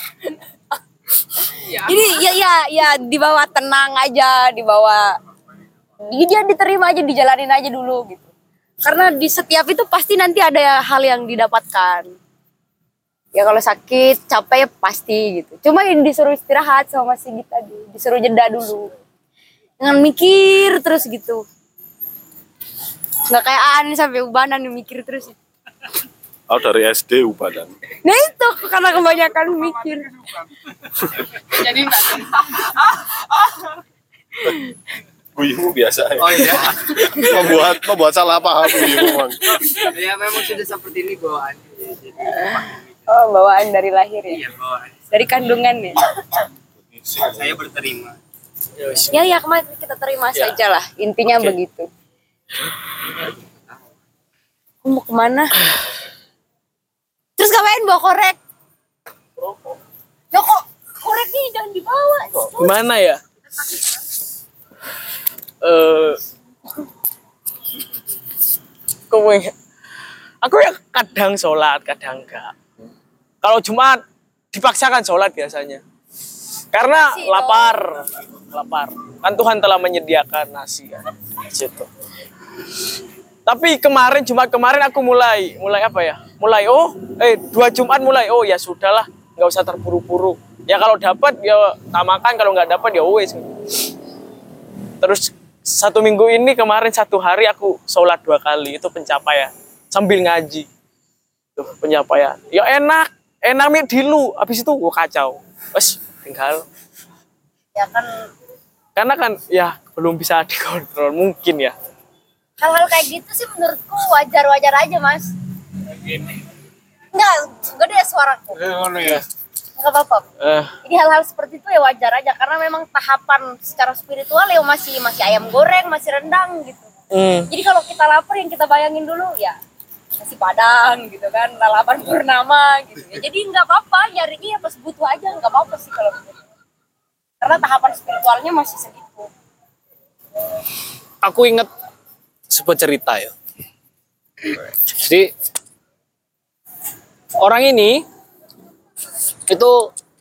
Jadi ya ya ya dibawa tenang aja, dibawa dia diterima aja, dijalanin aja dulu gitu. Karena di setiap itu pasti nanti ada hal yang didapatkan. Ya kalau sakit, capek ya pasti gitu. Cuma yang disuruh istirahat sama si Gita tadi, disuruh jeda dulu. Jangan mikir terus gitu. Nggak kayak Ani sampai ubanan yang mikir terus. Aku dari S D ubadan. Nah itu karena kebanyakan mikir. Jadi enggak. Buyumu biasa ya. Oh iya. membuat membuat salah paham buyumu. Bang. Ya memang sudah seperti ini bawaan. Jadi Oh bawaan dari lahir ya, iya bawaan. dari kandungan ya. Saya berterima. Ya ya kemarin kita terima saja lah, intinya Oke. begitu. Aku mau kemana? Terus ngapain bawa korek? Ya kok korek nih jangan dibawa. Gimana ya? Eh, aku pengen- aku ya kadang sholat, kadang enggak. Kalau Jumat dipaksakan sholat biasanya. Karena Nasi lapar, lapar. Kan Tuhan telah menyediakan nasi kan. Situ. Tapi kemarin Jumat kemarin aku mulai, mulai apa ya? Mulai oh, eh dua Jumat mulai oh ya sudahlah, nggak usah terburu-buru. Ya kalau dapat ya tak makan, kalau nggak dapat ya wes. Terus satu minggu ini kemarin satu hari aku sholat dua kali, itu pencapaian sambil ngaji. Tuh pencapaian. Ya enak, enak mi dilu. Habis itu gua kacau. Wes tinggal. Ya kan Karena kan ya belum bisa dikontrol mungkin ya. hal-hal kayak gitu sih menurutku wajar-wajar aja mas. Enggak, enggak deh suaraku. Enggak apa-apa. Eh, Jadi hal-hal seperti itu ya wajar aja karena memang tahapan secara spiritual ya masih masih ayam goreng, masih rendang gitu. hmm. Jadi kalau kita lapar yang kita bayangin dulu ya nasi padang gitu kan, lalapan purnama gitu ya. Jadi nggak apa-apa, nyarinya ya pas butuh aja, nggak apa-apa sih kalau begitu. Karena tahapan spiritualnya masih segitu. Aku inget sebuah cerita ya. Jadi orang ini itu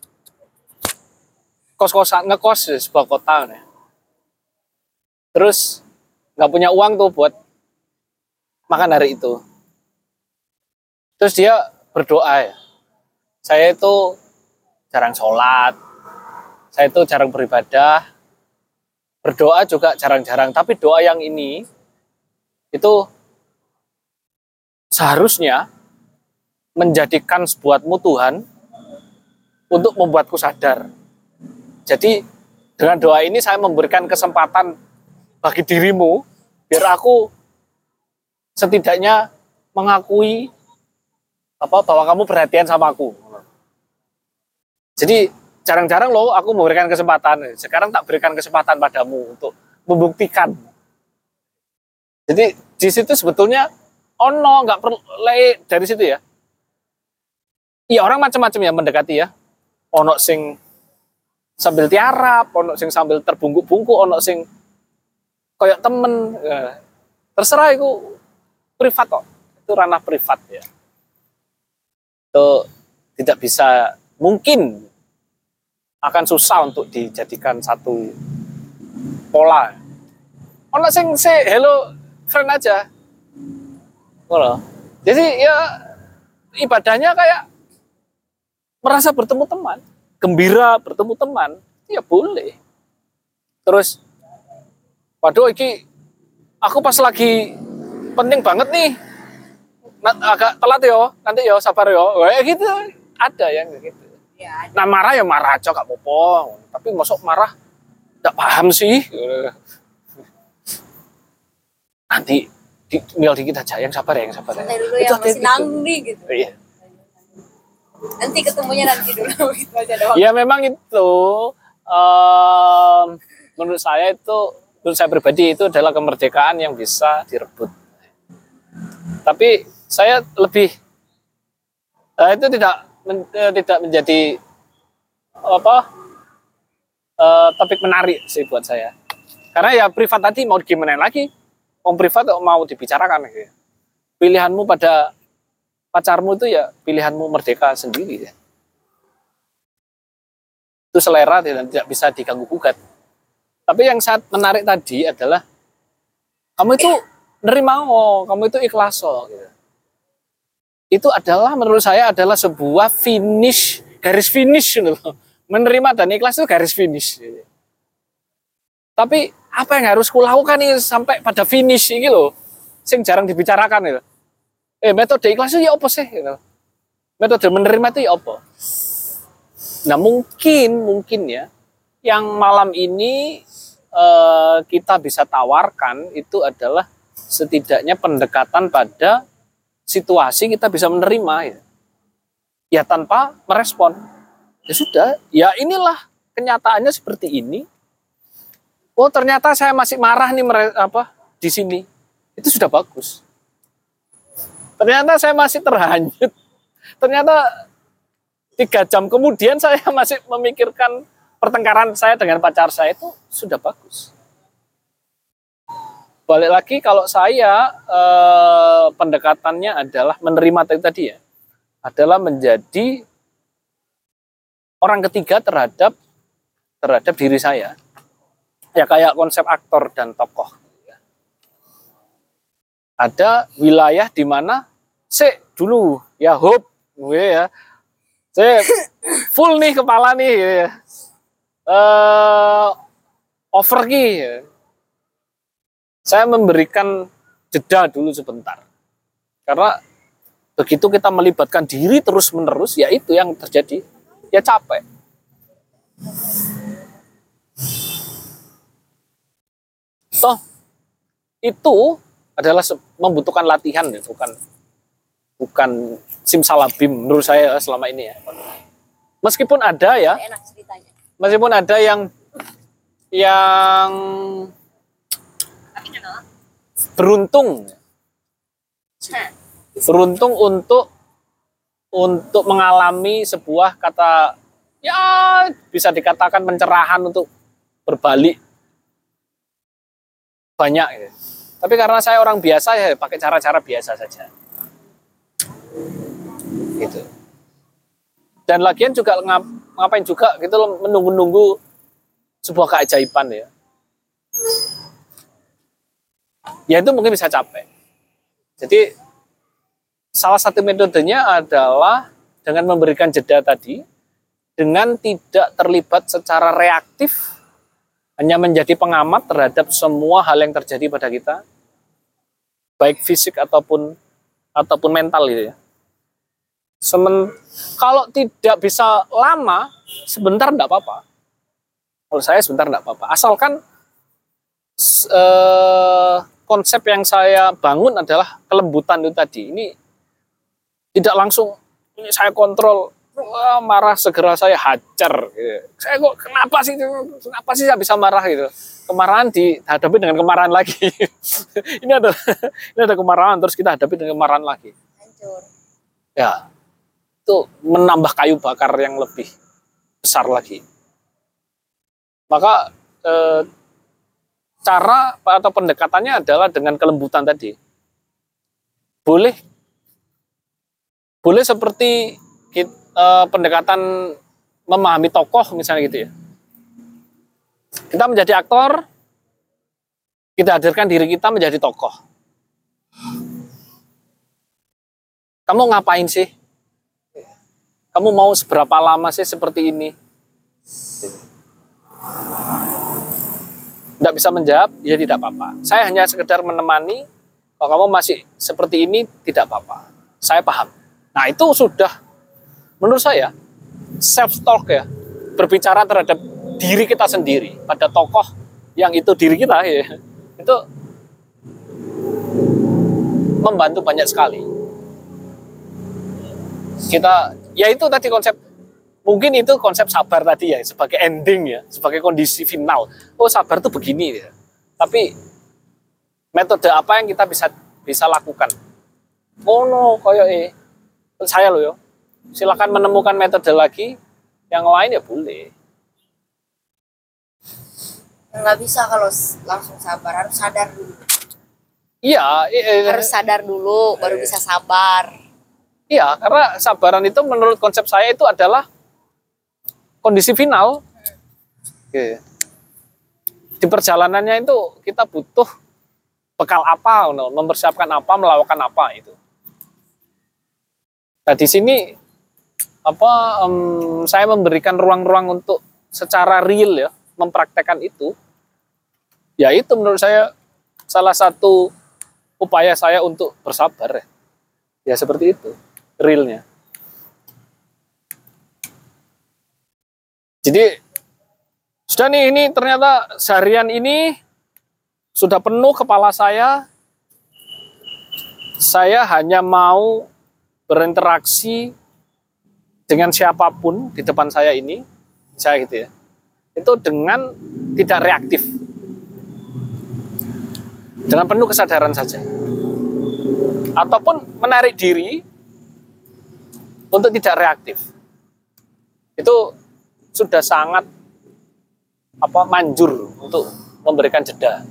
kos-kosan ngekos di sebuah kota ya. Terus nggak punya uang tuh buat makan hari itu. Terus dia berdoa ya. Saya itu jarang sholat, saya itu jarang beribadah, berdoa juga jarang-jarang. Tapi doa yang ini itu seharusnya menjadikan sebuatmu Tuhan untuk membuatku sadar. Jadi dengan doa ini saya memberikan kesempatan bagi dirimu biar aku setidaknya mengakui apa bahwa kamu perhatian sama aku. Jadi jarang-jarang loh aku memberikan kesempatan. Sekarang tak berikan kesempatan padamu untuk membuktikan Jadi di situ sebetulnya ono nggak perlu le dari situ ya. Iya orang macam-macam ya mendekati ya. Ono sing sambil tiarap, ono sing sambil terbungkuk-bungkuk, ono sing koyok temen. Ya. Terserah itu privat kok. Itu ranah privat ya. Itu tidak bisa, mungkin akan susah untuk dijadikan satu pola. Ono sing say hello friend aja. Ngono. Jadi ya ibadahnya kayak merasa bertemu teman, gembira bertemu teman, ya boleh. Terus waduh iki aku pas lagi penting banget nih. Nah, agak telat yo, nanti yo sabar yo. Kayak gitu. Ada yang kayak gitu. Ya, Nah marah ya marah aja gak apa-apa. Tapi masuk marah gak paham sih. Nanti di, tinggal dikit aja, yang sabar ya, yang sabar ya. santai dulu Itu ya, ada masih gitu. nanggung nih gitu. Iya. Nanti ketemunya nanti dulu gitu aja doang. Ya memang itu em, menurut saya itu, menurut saya pribadi itu adalah kemerdekaan yang bisa direbut. Tapi saya lebih eh, itu tidak men- eh, tidak menjadi apa eh, topik menarik sih buat saya. Karena ya privat tadi mau gimana lagi? Om privat kok mau dibicarakan gitu. Pilihanmu pada pacarmu itu ya pilihanmu merdeka sendiri ya. Itu selera tidak, tidak bisa diganggu gugat. Tapi yang sangat menarik tadi adalah kamu itu nerima oh, kamu itu ikhlas oh, gitu. Itu adalah menurut saya adalah sebuah finish, garis finish gitu loh. Menerima dan ikhlas itu garis finish. Gitu. Tapi apa yang harus kulakukan nih sampai pada finish ini loh, sing jarang dibicarakan gitu. Eh metode ikhlas itu ya apa sih? Gitu. Metode menerima itu ya apa? Nah mungkin mungkin ya, yang malam ini eh, kita bisa tawarkan itu adalah setidaknya pendekatan pada situasi kita bisa menerima ya, ya tanpa merespon. Ya sudah, ya inilah kenyataannya seperti ini. Oh ternyata saya masih marah nih mere- apa di sini, itu sudah bagus. Ternyata saya masih terhanyut. Ternyata tiga jam kemudian saya masih memikirkan pertengkaran saya dengan pacar saya, itu sudah bagus. Balik lagi kalau saya eh, pendekatannya adalah menerima tadi, tadi ya, adalah menjadi orang ketiga terhadap terhadap diri saya. Ya kayak konsep aktor dan tokoh. Ada wilayah di mana se dulu ya hope gue ya. Saya full nih kepala nih ya. Uh, over ki. Ya. Saya memberikan jeda dulu sebentar. Karena begitu kita melibatkan diri terus-menerus, ya itu yang terjadi. Ya capek. Toh itu adalah membutuhkan latihan ya, bukan bukan simsalabim menurut saya selama ini ya. Meskipun ada ya, Enak ceritanya. meskipun ada yang yang beruntung beruntung untuk untuk mengalami sebuah kata ya bisa dikatakan pencerahan untuk berbalik banyak ya. Tapi karena saya orang biasa ya pakai cara-cara biasa saja. Gitu. Dan lagian juga ngap, ngapain juga gitu loh, menunggu-nunggu sebuah keajaiban ya. Ya itu mungkin bisa capek. Jadi salah satu metodenya adalah dengan memberikan jeda tadi, dengan tidak terlibat secara reaktif, hanya menjadi pengamat terhadap semua hal yang terjadi pada kita, baik fisik ataupun ataupun mental gitu ya. Semen, kalau tidak bisa lama, sebentar enggak apa-apa. Kalau saya sebentar enggak apa-apa. Asalkan eh, konsep yang saya bangun adalah kelembutan itu tadi. Ini tidak langsung ini saya kontrol wah, marah segera saya hajar. Gitu. Saya kok kenapa sih kenapa sih saya bisa marah gitu? Kemarahan dihadapi dengan kemarahan lagi. ini ada ini ada kemarahan terus kita hadapi dengan kemarahan lagi. Hancur. Ya, itu menambah kayu bakar yang lebih besar lagi. Maka eh, cara atau pendekatannya adalah dengan kelembutan tadi. Boleh, boleh seperti kita, eh, pendekatan memahami tokoh misalnya gitu ya. Kita menjadi aktor, kita hadirkan diri kita menjadi tokoh. Kamu ngapain sih? Kamu mau seberapa lama sih seperti ini? Tidak bisa menjawab, ya tidak apa-apa. Saya hanya sekedar menemani. Kalau kamu masih seperti ini, tidak apa-apa. Saya paham. Nah itu sudah, menurut saya, self-talk ya. Berbicara terhadap diri kita sendiri. Pada tokoh yang itu diri kita ya. Itu membantu banyak sekali. Kita, ya itu tadi konsep, mungkin itu konsep sabar tadi ya. Sebagai ending ya. Sebagai kondisi final. Oh sabar tuh begini ya. Tapi metode apa yang kita bisa bisa lakukan? Oh no, koyo eh saya loh yo. Silakan menemukan metode lagi yang lain ya boleh. Nggak bisa kalau langsung sabar, harus sadar dulu. Iya, eh, Harus sadar dulu, baru bisa sabar. iya, karena sabaran itu menurut konsep saya itu adalah kondisi final. Oke. Di perjalanannya itu kita butuh bekal apa, mempersiapkan apa, melakukan apa itu. Nah di sini apa um, saya memberikan ruang-ruang untuk secara real ya mempraktekkan itu. Ya itu menurut saya salah satu upaya saya untuk bersabar ya. Ya seperti itu realnya. Jadi sudah nih ini ternyata seharian ini sudah penuh kepala saya, saya hanya mau berinteraksi dengan siapapun di depan saya ini, saya gitu ya, itu dengan tidak reaktif, dengan penuh kesadaran saja, ataupun menarik diri untuk tidak reaktif, itu sudah sangat apa manjur untuk memberikan jeda.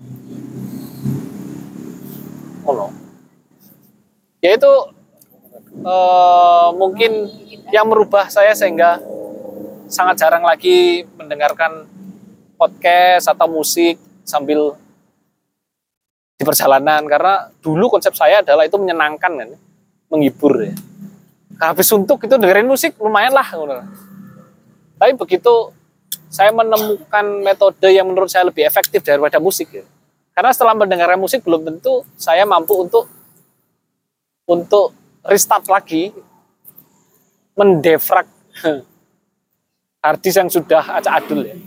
Oh, yaitu uh, mungkin yang merubah saya sehingga sangat jarang lagi mendengarkan podcast atau musik sambil di perjalanan, karena dulu konsep saya adalah itu menyenangkan kan, menghibur ya. Habis suntuk itu dengerin musik lumayan lah. Tapi begitu saya menemukan metode yang menurut saya lebih efektif daripada musik ya. Karena setelah mendengarkan musik belum tentu saya mampu untuk untuk restart lagi, mendefrag harddisk yang sudah acak adul ya.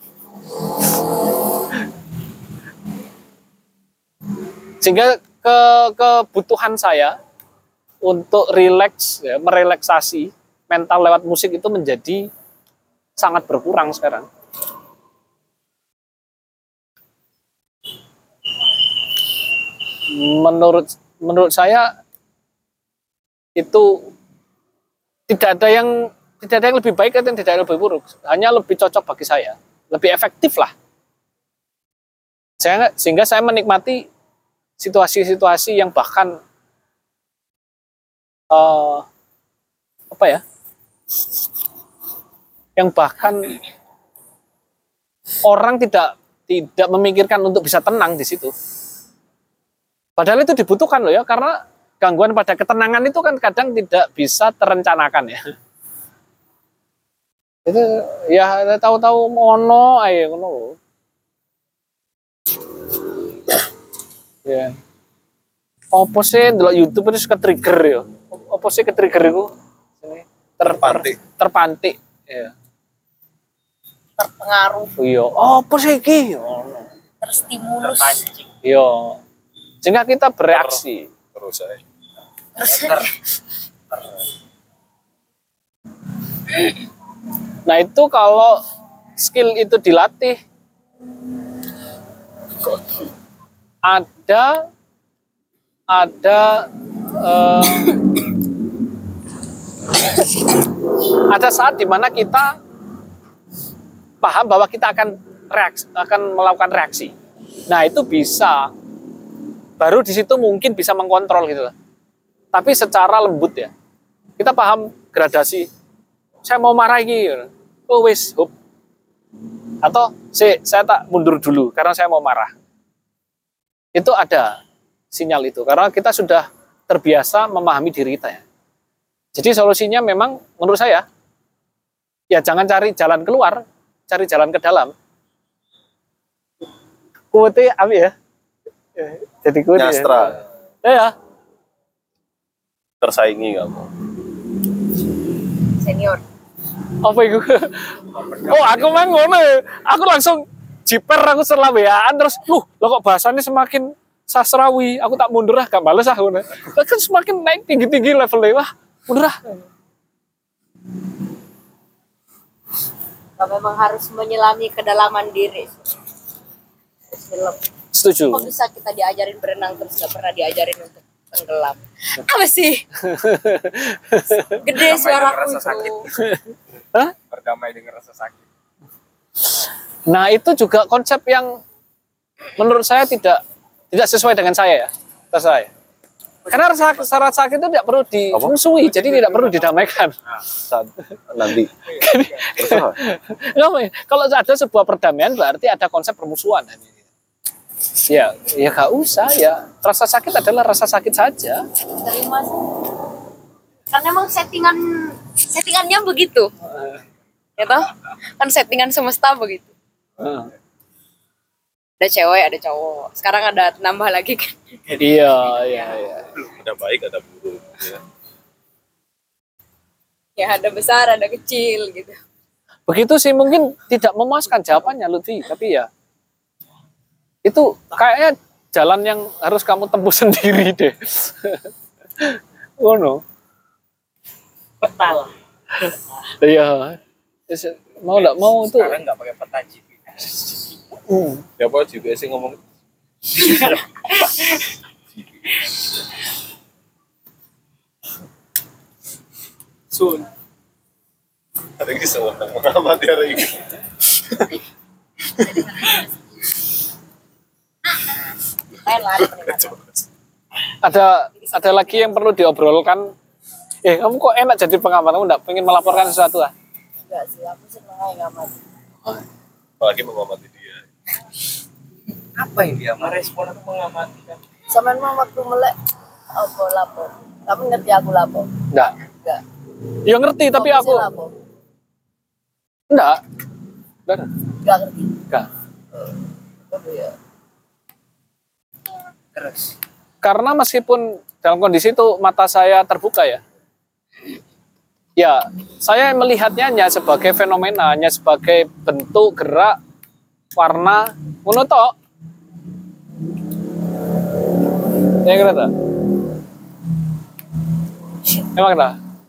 Sehingga ke kebutuhan saya untuk rileks ya, merelaksasi mental lewat musik itu menjadi sangat berkurang sekarang. Menurut menurut saya itu tidak ada yang tidak ada yang lebih baik atau tidak ada yang lebih buruk, hanya lebih cocok bagi saya, lebih efektif lah. Saya, sehingga saya menikmati situasi-situasi yang bahkan uh, apa ya, yang bahkan orang tidak tidak memikirkan untuk bisa tenang di situ. Padahal itu dibutuhkan loh ya, karena gangguan pada ketenangan itu kan kadang tidak bisa terencanakan ya. Itu ya tahu-tahu mono ae ngono. Ya. Apa sih ndelok YouTube itu suka trigger ya? Apa sih ke trigger iku? Terpantik. Terpantik. Ya. Terpengaruh, Iya, apa sih iki? terstimulus. Iya. Sehingga kita bereaksi. Terus saya. Nah itu kalau skill itu dilatih, ada ada eh, ada saat dimana kita paham bahwa kita akan reaksi, akan melakukan reaksi. Nah itu bisa, baru di situ mungkin bisa mengkontrol gitu lah. Tapi secara lembut ya, kita paham gradasi. Saya mau marah ini, oh wis, hup. Atau si, saya tak mundur dulu karena saya mau marah. Itu ada sinyal itu karena kita sudah terbiasa memahami diri kita ya. Jadi solusinya memang menurut saya ya jangan cari jalan keluar, cari jalan ke dalam. Kuwete apa ya? Jadi kuwete. Nyastra. Ya. Ya. Tersaingi kamu. Senior. Apa itu? Oh, aku mah ngono. Aku langsung jiper, aku selawean terus, "Loh, lo kok bahasanya semakin sastrawi." Aku tak mundur ah, gak bales ah ngono. Kan semakin naik tinggi-tinggi levelnya. Wah, mundur ah. Nah, memang harus menyelami kedalaman diri. Film. Setuju. Kok bisa kita diajarin berenang terus nggak pernah diajarin untuk tenggelam? Apa sih? Gede suaraku rasa sakit. itu. Hah? Berdamai dengan rasa sakit. Nah, itu juga konsep yang menurut saya tidak tidak sesuai dengan saya ya. Rasa saya. Karena rasa, rasa sakit itu tidak perlu dimusuhi, jadi tidak perlu didamaikan. Nanti. Nggak, kalau ada sebuah perdamaian berarti ada konsep permusuhan. Ya, ya gak usah ya. Rasa sakit adalah rasa sakit saja. Terima sih. Kan emang settingan settingannya begitu. Ya toh? Kan settingan semesta begitu. Uh. Ada cewek, ada cowok. Sekarang ada nambah lagi kan. Iya, iya, iya. Ada baik, ada buruk. Ya. Ya ada besar, ada kecil gitu. Begitu sih mungkin tidak memuaskan jawabannya Lutfi, tapi ya itu kayaknya jalan yang harus kamu tempuh sendiri deh. Oh no. Peta lah. Iya. Mau nggak mau tuh. Sekarang nggak pakai peta G P S. Hmm. Siapa juga sih ngomong? Sun. Ada yang disebut mengamati hari ini. Lain lah ada peningkatan. Ada ada lagi yang perlu diobrolkan. Eh, kamu kok enak jadi pengamat? Kamu nggak pengen melaporkan sesuatu ah? Enggak sih, aku seneng aja ngamati. Apalagi mengamati dia. Apa yang dia merespon atau mengamati kan? Sampean mah waktu melek apa lapo. Tapi ngerti aku lapo. Enggak. Enggak. Ya ngerti tapi Fokusnya aku lapo. enggak. Enggak. Enggak ngerti. Enggak. Oh ya. Terus. Karena meskipun dalam kondisi itu mata saya terbuka ya, ya saya melihatnya hanya sebagai fenomena, hanya sebagai bentuk gerak, warna, ngono tok. Ya kira tak? Emang kira?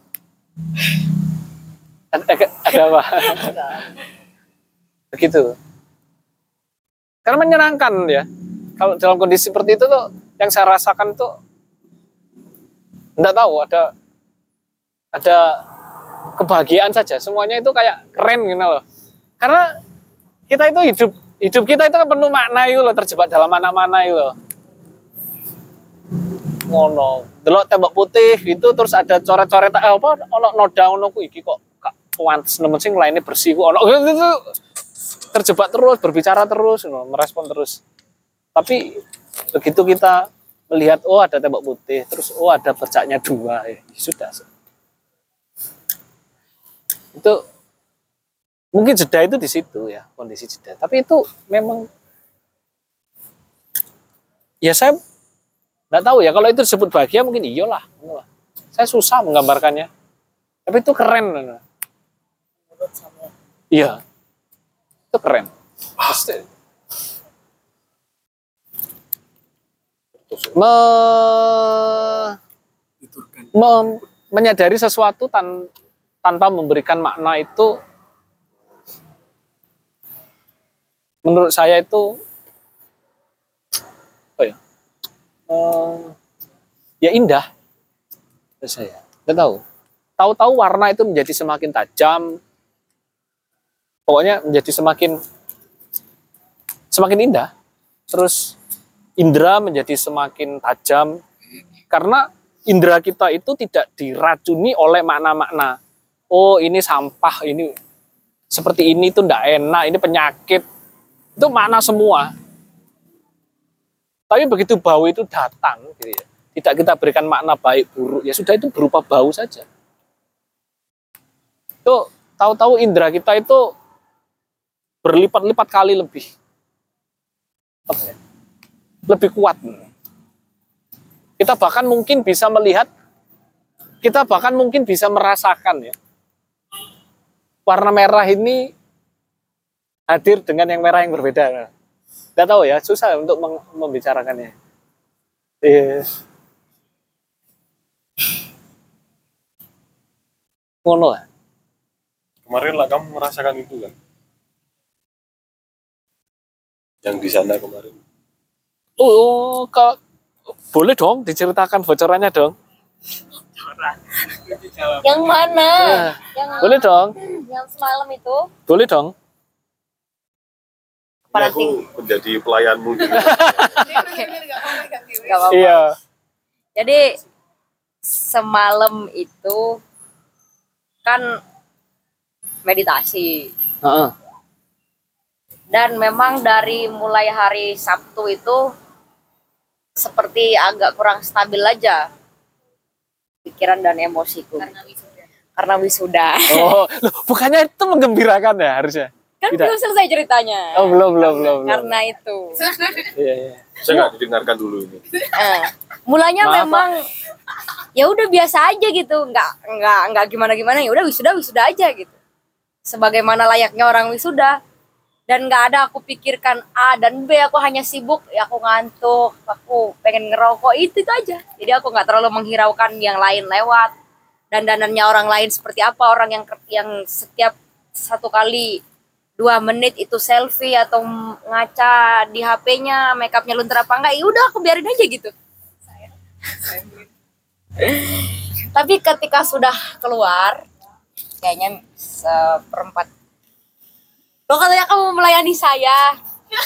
Ada, ada apa? Begitu. Karena menyenangkan ya. Kalau dalam kondisi seperti itu tuh, yang saya rasakan tuh enggak tahu, ada ada kebahagiaan saja. Semuanya itu kayak keren gitu loh. Karena kita itu hidup hidup kita itu kan penuh makna itu loh, terjebak dalam mana-mana itu loh. Ngono. Delok tembok putih gitu terus ada coret-coret eh, apa ono noda ngono ku iki kok gak pantes nemen sing lainnya bersih ku ono gitu. Terjebak terus, berbicara terus, you know, merespon terus. Tapi begitu kita melihat oh ada tembok putih, terus oh ada bercaknya dua, ya sudah. Itu mungkin jeda itu di situ ya, kondisi jeda. Tapi itu memang ya saya nggak tahu ya, kalau itu disebut bahagia mungkin iyalah. Saya susah menggambarkannya. Tapi itu keren. Iya. Itu keren. Pasti. Me, me, menyadari sesuatu tan, tanpa memberikan makna itu, menurut saya itu apa ya? Eh, ya indah. Menurut saya. Nggak tahu. Tahu-tahu warna itu menjadi semakin tajam. Pokoknya menjadi semakin semakin indah. Terus indera menjadi semakin tajam karena indera kita itu tidak diracuni oleh makna-makna. Oh, ini sampah, ini seperti ini tuh ndak enak, ini penyakit. Itu makna semua. Tapi begitu bau itu datang, gitu ya, tidak kita berikan makna baik buruk, ya sudah itu berupa bau saja. Itu tahu-tahu indera kita itu berlipat-lipat kali lebih. Apa ya? Lebih kuat. Kita bahkan mungkin bisa melihat, kita bahkan mungkin bisa merasakan ya. Warna merah ini hadir dengan yang merah yang berbeda. Nggak tahu ya, susah untuk membicarakannya. Yes. Ngono lah. Kemarin lah kamu merasakan itu kan? Yang di sana kemarin. Oh, kalau boleh dong diceritakan bocorannya dong. Yang mana? Nah, Yang boleh dong, yang semalam itu? boleh dong. Ini aku menjadi pelayanmu gitu. Gak apa-apa. Iya. Jadi semalam itu kan meditasi. Heeh. Dan memang dari mulai hari Sabtu itu seperti agak kurang stabil aja pikiran dan emosiku. Karena wisuda. Karena wisuda. Oh, loh, bukannya itu menggembirakan ya harusnya? Kan Tidak. belum selesai ceritanya. Oh, belum, belum, belum. belum. Karena itu. Iya, iya. Saya nggak didengarkan dulu ini. Eh, mulanya Maaf, memang ya udah biasa aja gitu, nggak nggak nggak gimana gimana, ya udah wisuda wisuda aja gitu. Sebagaimana layaknya orang wisuda. Dan nggak ada aku pikirkan A dan B, aku hanya sibuk, ya aku ngantuk, aku pengen ngerokok, itu, itu aja. Jadi aku nggak terlalu menghiraukan yang lain lewat, dandanannya orang lain seperti apa, orang yang yang setiap satu kali dua menit itu selfie atau ngaca di H P-nya, make up-nya luntur apa enggak, ya udah aku biarin aja gitu. Tapi ketika sudah keluar, kayaknya seperempat. Lo katanya kamu melayani saya.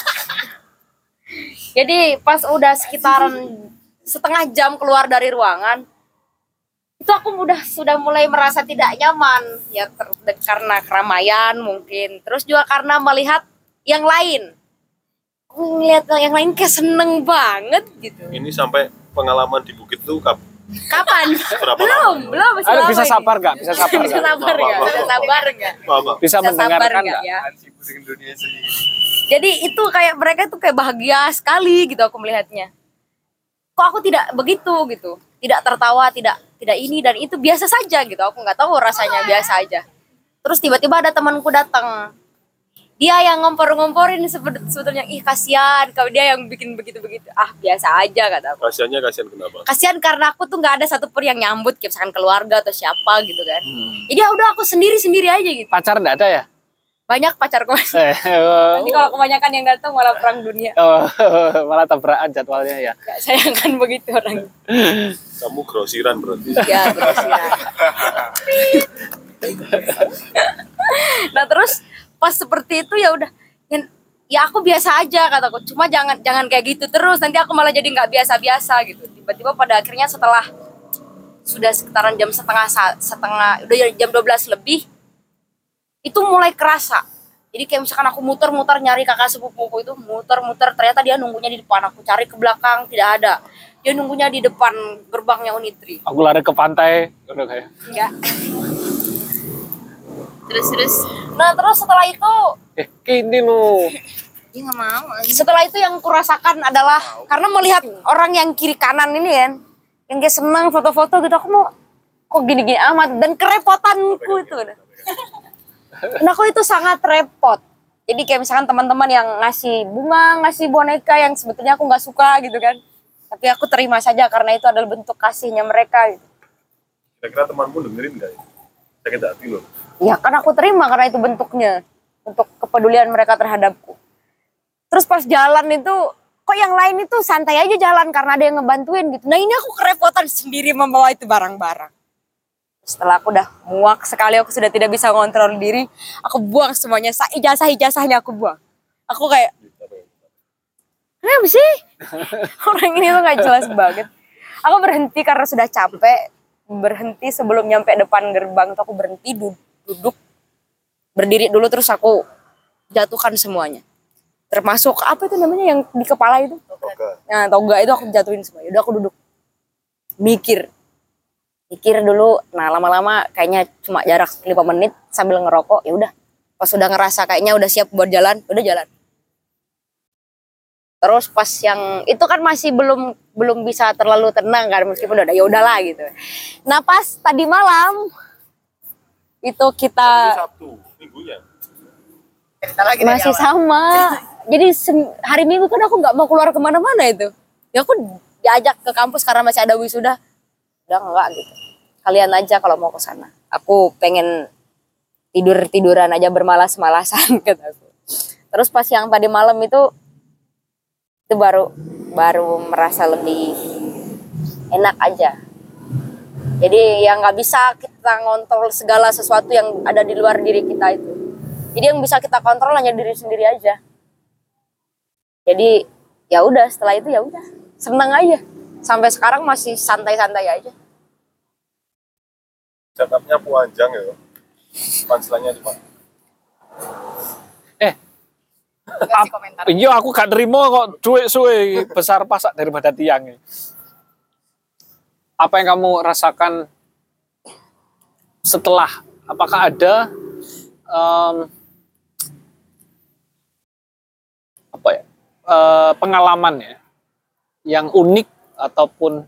Jadi pas udah sekitaran setengah jam keluar dari ruangan, itu aku udah sudah mulai merasa tidak nyaman ya ter, karena keramaian mungkin, terus juga karena melihat yang lain. Aku ngeliat yang lain kayak seneng banget gitu. Ini sampai pengalaman di bukit tuh kap Kapan? berapa belum, lama? belum. masih Aduh, lama bisa ini. sabar nggak? Bisa sabar Bisa nggak? sabar nggak? Bisa sabar nggak? Apa? Bisa Bisa sabar mendengarkan nggak nggak? ya? Sibuk dengan dunia sendiri. Jadi itu kayak mereka tuh kayak bahagia sekali gitu aku melihatnya. Kok aku tidak begitu gitu, tidak tertawa, tidak tidak ini dan itu biasa saja gitu. Aku nggak tahu rasanya biasa aja. Terus tiba-tiba ada temanku datang. Dia yang ngompor-ngomporin sebe- sebetulnya, ih kasihan kalau dia yang bikin begitu-begitu. Ah biasa aja kata aku. Kasiannya kasihan kenapa? Kasihan karena aku tuh nggak ada satupun yang nyambut, kayak misalkan keluarga atau siapa gitu kan. Hmm. Jadi ya udah aku sendiri-sendiri aja gitu. Pacar nggak ada ya? Banyak pacarku. Eh, Nanti kalau kebanyakan yang datang malah perang dunia. oh, malah tabrakan jadwalnya ya. Gak sayangkan begitu orang. Kamu grosiran berarti. Ya bersirat. Nah terus pas seperti itu ya udah, ya, ya aku biasa aja kataku. Cuma jangan jangan kayak gitu terus. Nanti aku malah jadi nggak biasa-biasa gitu. Tiba-tiba pada akhirnya setelah sudah sekitaran jam setengah sa- setengah udah jam dua belas lebih, itu mulai kerasa. Jadi kayak misalkan aku muter-muter nyari kakak sepupuku itu, muter-muter, ternyata dia nunggunya di depan. Aku cari ke belakang, tidak ada. Dia nunggunya di depan gerbangnya Unitri. Aku lari ke pantai, udah kayak. Enggak. Terus terus Nah terus setelah itu, Eh, gini loh. dia nggak mau. setelah itu yang kurasakan adalah karena melihat orang yang kiri kanan ini kan, yang kayak senang foto-foto gitu, aku mau kok gini-gini amat dan kerepotanku itu. Dan aku itu sangat repot. Jadi kayak misalkan teman-teman yang ngasih bunga, ngasih boneka yang sebetulnya aku nggak suka gitu kan, tapi aku terima saja karena itu adalah bentuk kasihnya mereka. Gitu. Kira-kira temanmu dengerin nggak? Ya? sakit hati loh. Ya kan aku terima karena itu bentuknya. Untuk kepedulian mereka terhadapku. Terus pas jalan itu, kok yang lain itu santai aja jalan karena ada yang ngebantuin gitu. Nah ini aku kerepotan sendiri membawa itu barang-barang. Setelah aku udah muak sekali, aku sudah tidak bisa ngontrol diri. Aku buang semuanya, ijazah-ijazahnya aku buang. Aku kayak, kenapa sih? Orang ini tuh gak jelas banget. Aku berhenti karena sudah capek. Berhenti sebelum nyampe depan gerbang tuh aku berhenti duduk. Berdiri dulu terus aku jatuhkan semuanya. Termasuk apa itu namanya yang di kepala itu? Toga. Nah toga itu aku jatuhin semuanya. Udah aku duduk. Mikir. Mikir dulu. Nah lama-lama kayaknya cuma jarak lima menit sambil ngerokok. Ya udah. Pas udah ngerasa kayaknya udah siap buat jalan. Udah jalan. Terus pas yang itu kan masih belum belum bisa terlalu tenang kan meskipun udah ya udahlah gitu. Nah pas tadi malam itu kita Hari Sabtu, minggunya. masih sama. Jadi hari Minggu kan aku nggak mau keluar kemana-mana itu. Ya aku diajak ke kampus karena masih ada wisuda. Udah enggak gitu. Kalian aja kalau mau ke sana. Aku pengen tidur-tiduran aja bermalas-malasan kataku. Terus pas yang tadi malam itu itu baru baru merasa lebih enak aja. Jadi yang nggak bisa kita ngontrol segala sesuatu yang ada di luar diri kita itu. Jadi yang bisa kita kontrol hanya diri sendiri aja. Jadi ya udah setelah itu ya udah senang aja. Sampai sekarang masih santai-santai aja. Cakapnya panjang ya. Pancelannya di mana? Eh, ap- iya aku gak terima kok cuek suwe besar pasak daripada tiang. Apa yang kamu rasakan setelah? Apakah ada um, apa ya uh, pengalaman ya yang unik ataupun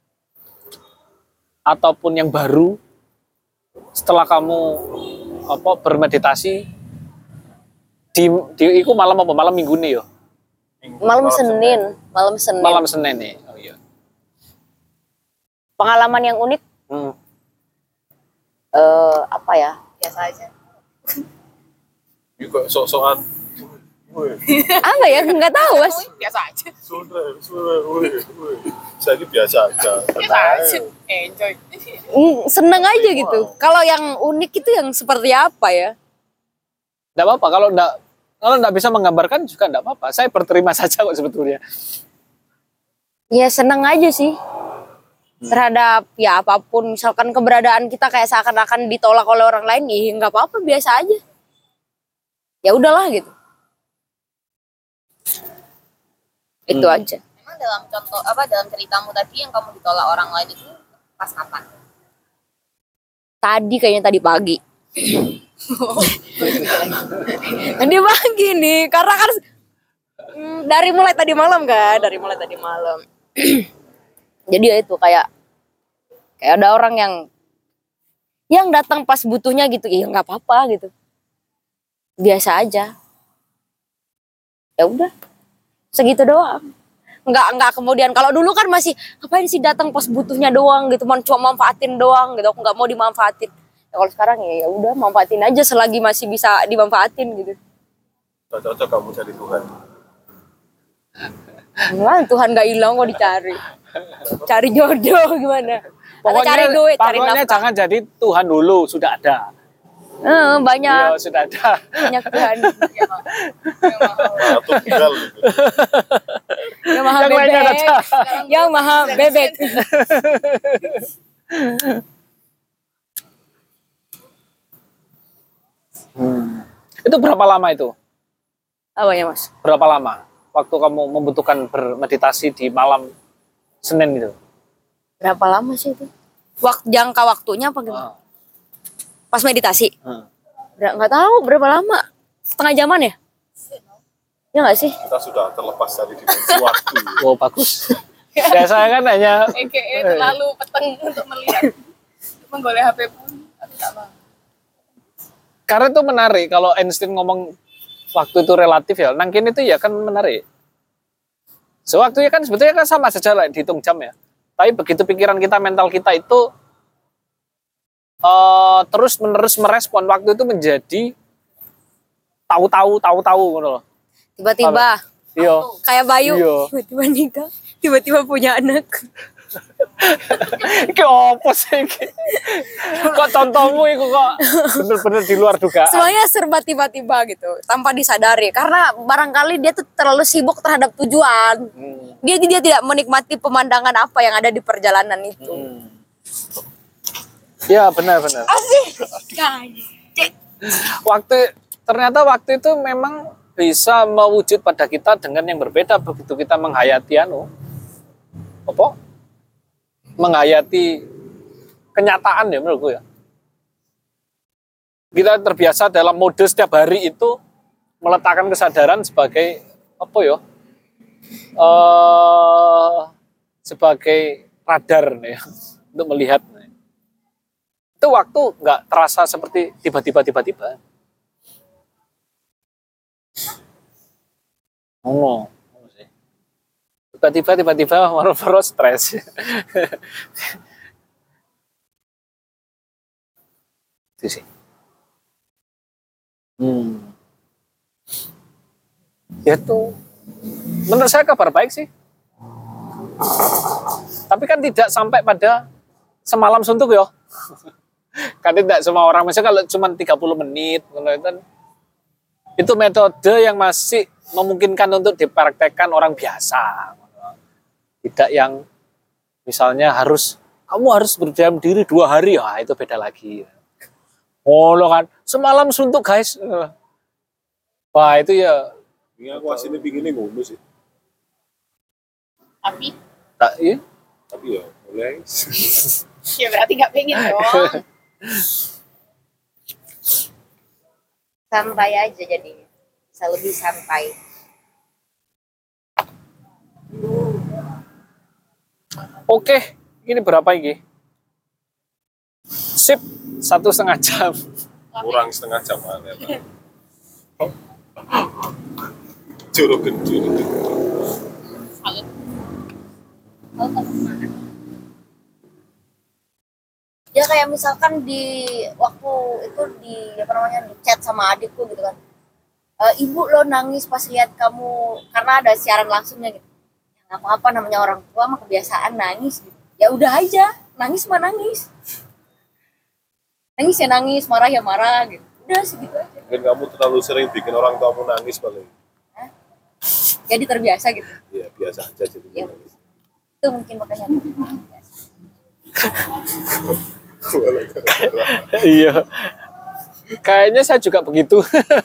ataupun yang baru setelah kamu apa bermeditasi di di iku malam apa malam minggu nih yo? Malam Senin, malam Senin. Malam Senin nih. Oh iya. Pengalaman yang unik Hmm. eh apa ya? Biasa aja. Ini kok sok-sokan. Woi, Apa ya? Nggak tahu mas. Biasa aja. sudah, sudah, woi, woi. Saya ini biasa aja. Biasa aja. Enjoy. Mm, Seneng aja gitu. Kalau yang unik itu yang seperti apa ya? Nggak apa-apa kalau nggak kalau nggak bisa menggambarkan juga nggak apa-apa. Saya berterima saja kok sebetulnya. Ya seneng aja sih. Terhadap ya apapun. Misalkan keberadaan kita kayak seakan-akan ditolak oleh orang lain. Ya nggak apa-apa, biasa aja. Ya udahlah gitu. Itu Hmm. aja. Memang dalam contoh apa dalam ceritamu tadi yang kamu ditolak orang lain itu pas kapan? Tadi kayaknya tadi pagi. Tadi pagi nih. Karena kan mm, dari mulai tadi malam kan. Dari mulai tadi malam. Jadi ya itu kayak kayak ada orang yang yang datang pas butuhnya gitu. Ya nggak apa-apa gitu. Biasa aja. Ya udah. Segitu doang. Nggak nggak kemudian kalau dulu kan masih ngapain sih datang pas butuhnya doang gitu, mau cuma manfaatin doang gitu. Aku nggak mau dimanfaatin. Ya kalau sekarang ya ya udah manfaatin aja selagi masih bisa dimanfaatin gitu. Cocok kamu jadi Tuhan. Nah, Tuhan nggak hilang kok dicari. Cari jodoh gimana? Atau Pokoknya, cari duit, cari pokoknya nafkah. jangan jadi Tuhan dulu, sudah ada. Eh, banyak Iya, sudah ada. banyak Tuhan. Nah, tunggal gitu. Yang maha Yang lainnya bebek. ada. Yang maha bebek. Itu berapa lama itu? Apa ya mas? Berapa lama waktu kamu membutuhkan bermeditasi di malam Senin itu? Berapa lama sih itu? Waktu jangka waktunya apa gimana? Ah. Pas meditasi? Hmm. Ber- Nggak tahu berapa lama? Setengah jaman ya? Ya nggak sih? Kita sudah terlepas dari dimensi waktu. Wow, bagus. Biasanya kan hanya E K E terlalu peteng untuk melihat menggoleh H P pun aku tak mau. karena itu menarik kalau Einstein ngomong waktu itu relatif ya. Nangkin itu ya kan menarik. Sewaktunya kan sebetulnya kan sama saja lah dihitung jam ya. Tapi begitu pikiran kita, mental kita itu uh, terus menerus merespon waktu itu menjadi tahu-tahu tahu-tahu ngono loh. Tiba-tiba Iya. kayak Bayu, Iya. tiba-tiba nikah, tiba-tiba punya anak. Iki opo sih iki? Kok contohmu iku kok bener-bener di luar dugaan. Semuanya serba tiba-tiba gitu, tanpa disadari. Karena barangkali dia tuh terlalu sibuk terhadap tujuan. Hmm. Dia dia tidak menikmati pemandangan apa yang ada di perjalanan itu. Hmm. Ya benar-benar. Waktu ternyata waktu itu memang bisa mewujud pada kita dengan yang berbeda begitu kita menghayati anu apa? Menghayati kenyataan ya menurutku ya. Kita terbiasa dalam mode setiap hari itu meletakkan kesadaran sebagai apa ya? Eh sebagai radar nih ya, untuk melihat. Itu waktu nggak terasa seperti tiba-tiba tiba-tiba. Oh, tiba-tiba tiba-tiba moro-moro stres. Itu sih. Hmm. Ya tuh, menurut saya kabar baik sih. Tapi kan tidak sampai pada semalam suntuk ya. Kan tidak semua orang, misalnya kalau cuma tiga puluh menit, kan itu metode yang masih memungkinkan untuk dipraktekkan orang biasa. Tidak yang misalnya harus, kamu harus berdiam diri dua hari, ya itu beda lagi. Oh lo kan, semalam suntuk guys. Wah itu ya. Ini aku aslinya pinginnya ngono sih. Tapi Tak, iya. Tapi ya, mulai. ya berarti nggak pengen dong. Santai aja jadinya, bisa lebih santai. Oke, ini berapa ini? Sip, satu setengah jam. Kurang setengah jam ya, Pak. Jorogen, jorogen. Ya kayak misalkan di waktu itu di apa namanya di chat sama adikku gitu kan, e, ibu lo nangis pas lihat kamu karena ada siaran langsungnya gitu. Ya, nggak apa-apa namanya orang tua mah kebiasaan nangis gitu. Ya udah aja, nangis mah nangis, nangis ya nangis, marah ya marah gitu. Udah segitu aja. Mungkin kamu terlalu sering bikin orang tuamu nangis paling. Jadi terbiasa gitu. Ya biasa aja jadi Ya. nangis. Itu mungkin makanya. Iya. Kayaknya saya juga begitu.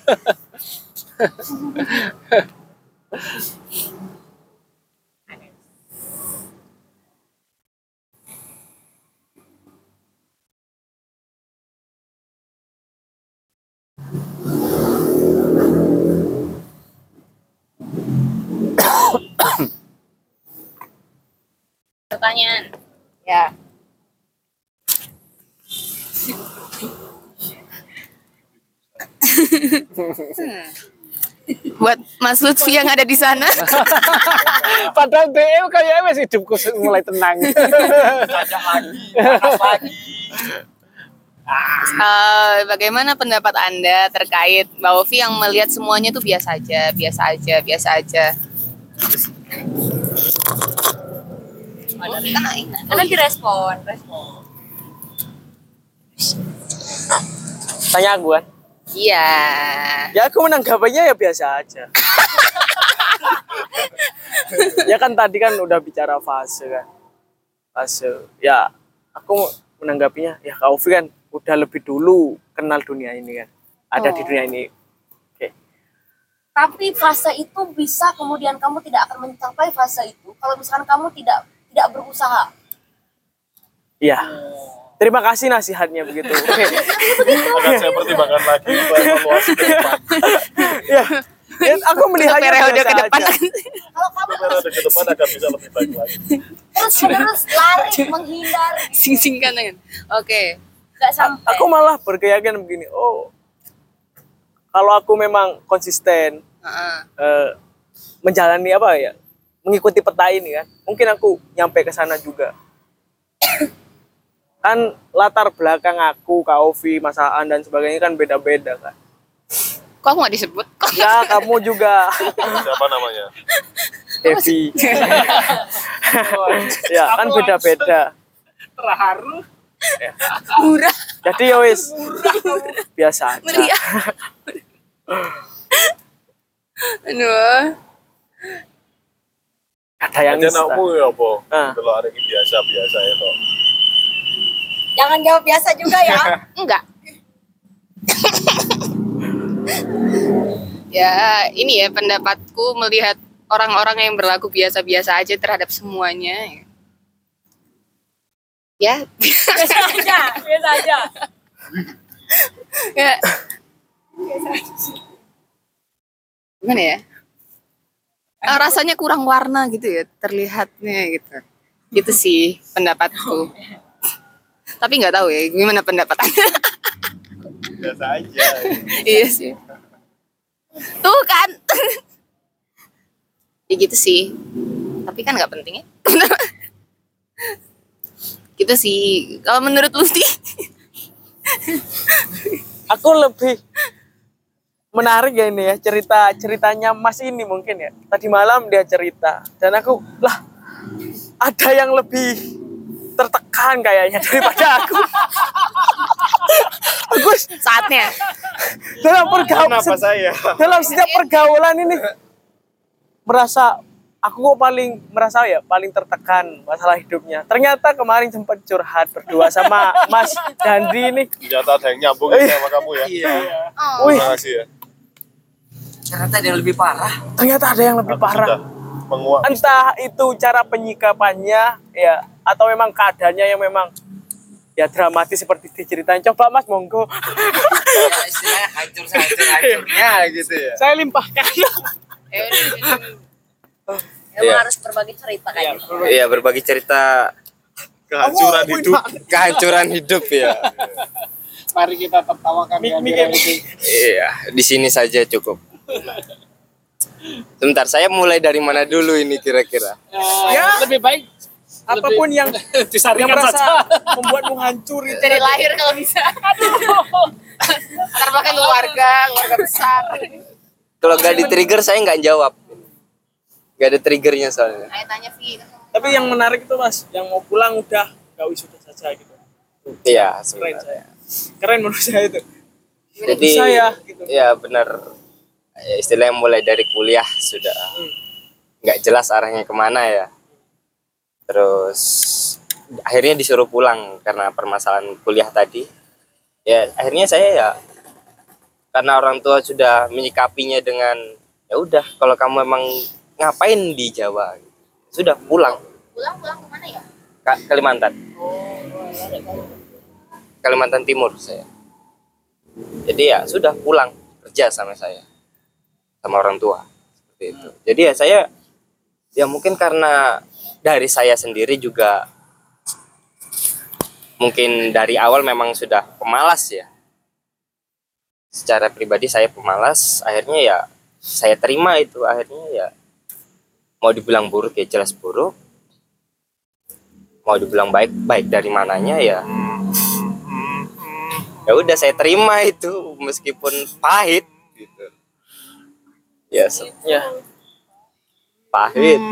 Pertanyaan. Ya. Buat Mas Lutfi yang ada di sana, Padahal D M kayaknya masih hidupku mulai tenang. Ajak lagi, panas lagi. eh, bagaimana pendapat Anda terkait Mbak Ovi yang melihat semuanya tuh biasa aja, biasa aja, biasa aja. Karena direspon, respon. Tanya aku kan? Iya. Ya aku menanggapinya ya biasa aja. Ya kan tadi kan udah bicara fase kan. Fase. Ya aku menanggapinya ya Kak Ovi kan udah lebih dulu kenal dunia ini kan. Ada di Oh. dunia ini. Oke. Tapi fase itu bisa kemudian kamu tidak akan mencapai fase itu kalau misalkan kamu tidak tidak berusaha. Iya. Terima kasih nasihatnya begitu. Oke. Akan saya pertimbangkan lagi evaluasi ke depan. Ya. Ya, aku melihatnya periode biasa ke depan. aja. Kalau kamu Periode ke depan akan bisa lebih baik lagi. terus terus lari menghindar Sing-singkan kan. Oke. nggak sampai. Aku malah berkeyakinan begini. Oh. Kalau aku memang konsisten Heeh. eh, menjalani apa ya? Mengikuti peta ini kan. Mungkin aku nyampe ke sana juga. Kan latar belakang aku, Kak Ovi, Mas Aan dan sebagainya kan beda-beda kan. Kok aku nggak disebut? Kok Ya, kamu juga Siapa namanya? Devi. Ya, kan beda-beda. Terharu. murah, Jadi ya wis biasa aja. meriah. Aduh. Ada yang Aja instan. nakmu ya apa? Ah. Kalau hari ini biasa-biasa itu. Jangan jawab biasa juga ya. Enggak. Ya, ini ya pendapatku melihat orang-orang yang berlaku biasa-biasa aja terhadap semuanya. Ya, Biasa aja, biasa aja. ya. Gimana ya? Ah, rasanya kurang warna gitu ya, terlihatnya gitu. Gitu sih pendapatku. Tapi nggak tahu ya, gimana pendapat Anda? Biasa aja. Iya sih. Tuh kan. Ya gitu sih. Tapi kan nggak penting ya. Gitu sih. Kalau menurut Lucy, Aku lebih menarik ya ini ya cerita ceritanya Mas ini mungkin ya. Tadi malam dia cerita dan aku lah ada yang lebih tertekan kayaknya daripada aku. Aku saatnya. dalam pergaulan Kenapa saya? dalam setiap pergaulan ini merasa aku kok paling merasa ya paling tertekan masalah hidupnya. Ternyata kemarin sempat curhat berdua sama Mas Dandri ini. Ternyata ada yang nyambung ya sama kamu ya. Iya. Oh. Wih, Terima kasih ya. Ternyata ada yang lebih parah. ternyata ada yang lebih Aku parah. sudah menguak. Entah itu cara penyikapannya ya atau memang keadaannya yang memang ya dramatis seperti diceritain. Coba Mas monggo. Ya, istilahnya hancur hancur hancurnya gitu ya. Saya limpahkan. Emang Iya. harus berbagi cerita kayak gitu. Iya, berbagi cerita Kehancuran hidup. kehancuran hidup ya. Mari kita tertawakan Mik- di mik- hadiran mik- itu. Iya, di sini saja cukup. Sebentar, saya mulai dari mana dulu ini kira-kira? Eh, Ya. lebih baik Apapun yang yang disaringkan merasa saja. membuatmu hancur itu. Dari lahir kalau bisa. Latar belakang keluarga, keluarga besar. Kalau gak di trigger saya nggak jawab. Gak ada triggernya soalnya. Ayo tanya Vi. Tapi yang menarik itu Mas, yang mau pulang udah gak wisuda saja gitu. Iya, Keren sebenarnya. saya. Keren menurut saya itu. Jadi, Bisa ya gitu. ya benar. Ya, istilahnya mulai dari kuliah sudah nggak jelas arahnya kemana ya. Terus akhirnya disuruh pulang karena permasalahan kuliah tadi. Ya akhirnya saya ya karena orang tua sudah menyikapinya dengan ya udah kalau kamu emang ngapain di Jawa, sudah pulang. Pulang-pulang kemana ya? Ka- Kalimantan. Kalimantan Timur saya. Jadi ya sudah pulang kerja sama saya, sama orang tua seperti itu. Jadi ya saya ya mungkin karena dari saya sendiri juga mungkin dari awal memang sudah pemalas ya. Secara pribadi saya pemalas, akhirnya ya saya terima itu, akhirnya ya mau dibilang buruk ya jelas buruk, mau dibilang baik baik dari mananya ya ya udah saya terima itu meskipun pahit gitu ya se- Ya. pahit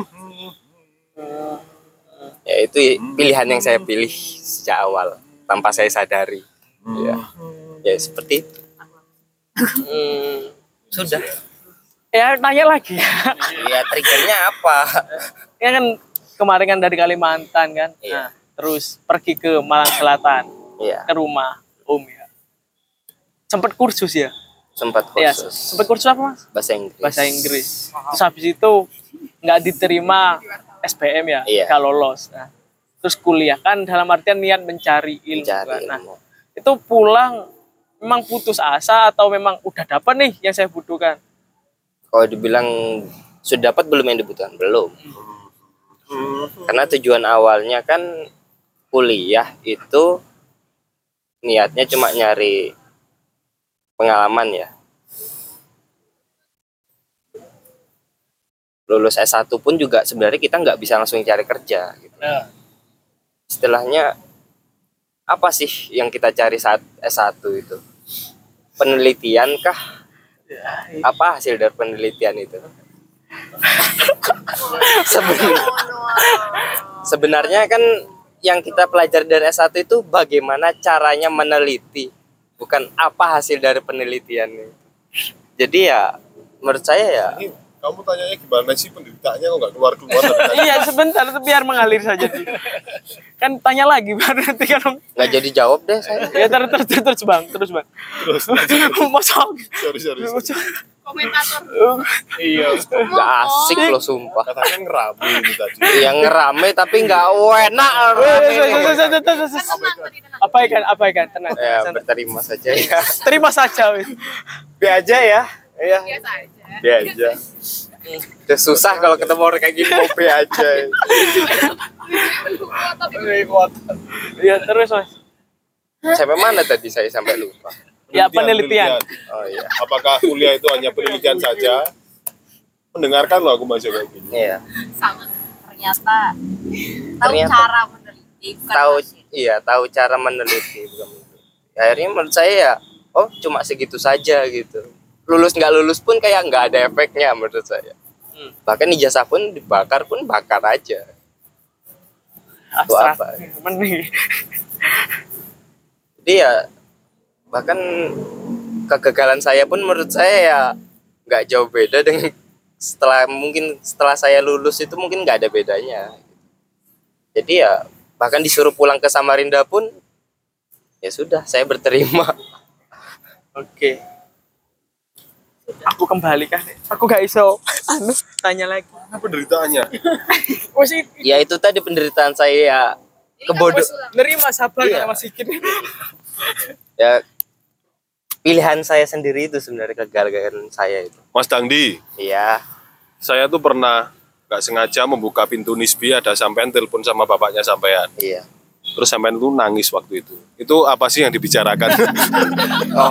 ya itu pilihan yang saya pilih sejak awal tanpa saya sadari ya ya seperti itu. Hmm, Sudah ya tanya lagi. ya triggernya apa Ya kan kemarin kan dari Kalimantan kan. Iya. Nah, terus pergi ke Malang Selatan ya ke rumah Om ya. Sempat kursus ya? sempat Iya, kursus sempat kursus apa Mas? bahasa Inggris Bahasa Inggris. Terus habis itu nggak diterima S B M ya, Iya. nggak lolos. Nah, terus kuliah kan dalam artian niat mencari ilmu. mencari kan. Nah, ilmu. itu pulang memang putus asa atau memang udah dapat nih yang saya butuhkan? Kalau dibilang sudah dapat belum yang dibutuhkan belum karena tujuan awalnya kan kuliah itu niatnya cuma nyari pengalaman ya. Lulus S satu pun juga sebenarnya kita nggak bisa langsung cari kerja gitu. Nah, Istilahnya apa sih yang kita cari saat S satu itu? Penelitian kah? Apa hasil dari penelitian itu? Sebenarnya, sebenarnya kan yang kita pelajari dari S satu itu bagaimana caranya meneliti, bukan apa hasil dari penelitiannya. Jadi ya menurut saya ya Ini kamu tanyanya gimana sih penderitaannya kok nggak keluar keluar? Iya sebentar, biar mengalir saja dulu. Kan tanya lagi baru nanti kan. nggak jadi jawab deh saya. Ya terus terus terus, terus bang, terus bang. Terus, Masuk. sorry sorry. sorry. Komentator. Iya. Nggak asik loh sumpah. Katanya ngerabu ini tadi. Yang ngerame tapi nggak enak. Apa ikan? Apa ikan? Tenang. Ya tenang. berterima saja ya. Terima saja. wis. Biar aja ya. Iya. Biasa aja. Biar aja. Udah susah kalau ketemu orang kayak gini mau be aja. Iya terus mas. Sampai mana tadi saya sampai lupa. Ya penelitian. Oh iya. Apakah kuliah itu hanya penelitian saja? Mendengarkan loh aku masih kayak gini. Iya. Sama. Ternyata tahu Ternyata. cara meneliti bukan Tahu hasil. iya, tahu cara meneliti bukan meneliti. Akhirnya menurut saya ya, oh cuma segitu saja gitu. Lulus nggak lulus pun kayak nggak ada efeknya menurut saya. Hmm. Bahkan ijazah pun dibakar pun bakar aja. Itu Abstrak. apa? Mending. Jadi ya bahkan kegagalan saya pun menurut saya ya nggak jauh beda dengan setelah mungkin setelah saya lulus itu mungkin nggak ada bedanya. Jadi ya bahkan disuruh pulang ke Samarinda pun ya sudah saya berterima. Oke. Aku kembali kan. Aku gak iso. Anu tanya lagi. Apa penderitaannya? Wes iki Ya itu tadi penderitaan saya ya kebodoh nerima sabar Iya. ya Mas Ikin. ya pilihan saya sendiri itu sebenarnya kegagalan saya itu. Mas Dangdi, Iya. saya tuh pernah nggak sengaja membuka pintu Nisbi, ada sampean telepon sama bapaknya sampean. Iya. Terus sampean tuh nangis waktu itu. Itu apa sih yang dibicarakan? Oh,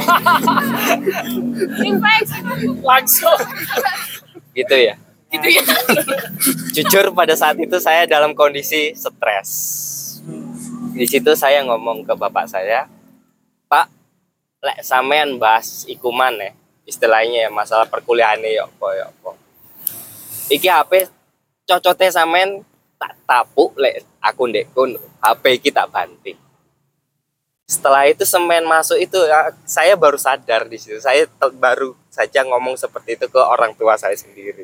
Langsung. gitu ya. Gitu ya. Jujur pada saat itu saya dalam kondisi stres. Di situ saya ngomong ke bapak saya, Pak, lek sampean bahas ikuman ya, istilahnya ya masalah perkuliahan ya apa ya apa. Iki H P cocote sampean tak tapuk lek aku ndek kono. H P iki tak banting. Setelah itu semen masuk itu ya, saya baru sadar di situ. Saya te- baru saja ngomong seperti itu ke orang tua saya sendiri.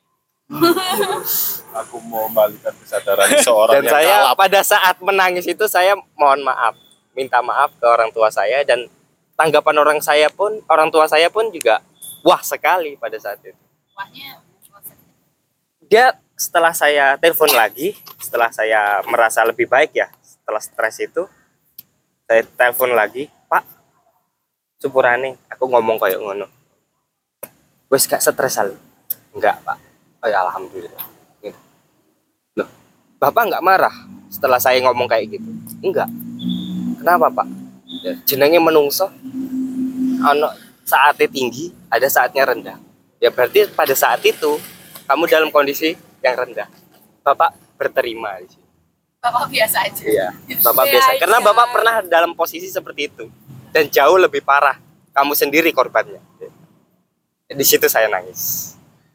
Aku mau membalikan kesadaran seorang Dan yang saya kalap. pada saat menangis itu saya mohon maaf, minta maaf ke orang tua saya dan tanggapan orang saya pun orang tua saya pun juga wah sekali pada saat itu. Wahnya Dia setelah saya telepon lagi, setelah saya merasa lebih baik ya, setelah stres itu saya telepon lagi, Pak, Supurane, aku ngomong kayak ngono. Wes gak stres al. Enggak, Pak. Oh ya alhamdulillah. Gitu. Loh, Bapak nggak marah setelah saya ngomong kayak gitu? Enggak. Kenapa, Pak? Ya, jenenge menungso. Ono saatnya tinggi, ada saatnya rendah. Ya berarti pada saat itu kamu dalam kondisi yang rendah. Bapak berterima di sini. bapak biasa aja. Iya, Bapak biasa. Karena Bapak pernah dalam posisi seperti itu dan jauh lebih parah. Kamu sendiri korbannya. Di situ saya nangis.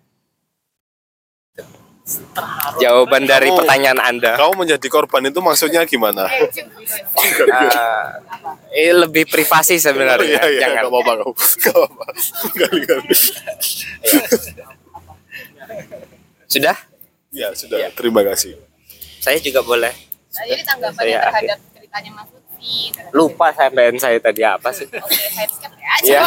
Jawaban dari Kamu- pertanyaan Anda. Kamu menjadi korban itu maksudnya gimana? Eh, cuk, gitu. Ah, ini lebih privasi sebenarnya. Oh, iya, iya, Jangan. nggak apa-apa, nggak apa-apa. Kali-kali. Sudah? Ya sudah, Iya. terima kasih. Saya juga boleh. Nah, jadi tanggapannya Saya terhadap ceritanya Mas Lutfi. terhadap- Lupa sampean saya tadi apa sih? Oke, saya skip ya. Iya.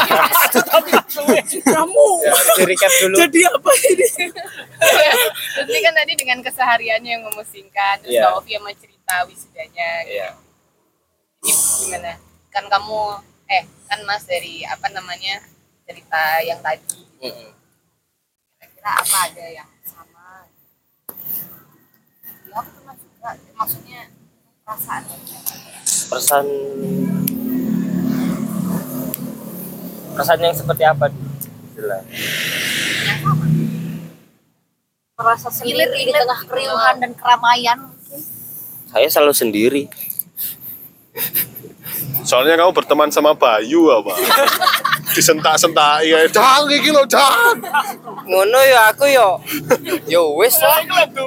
Kamu Di recap dulu. jadi apa ini? Lutfi kan tadi dengan kesehariannya yang memusingkan, terus Iya. Mbak Ovi yang mau cerita wisudanya. Iya. Ini gimana? Kan kamu, eh kan Mas dari apa namanya cerita yang tadi. Mm-mm. Kira-kira apa ada yang sama? Ya aku pernah juga, maksudnya perasaan. Perasaan perasaan yang seperti apa? Jelas. Yang sama. Merasa sendiri di tengah keriuhan dan keramaian mungkin. Saya selalu sendiri. Soalnya kamu berteman sama Bayu apa? Disentak-sentak ya, dang iki lho, dang. Ngono ya aku yo. Yo wis lah.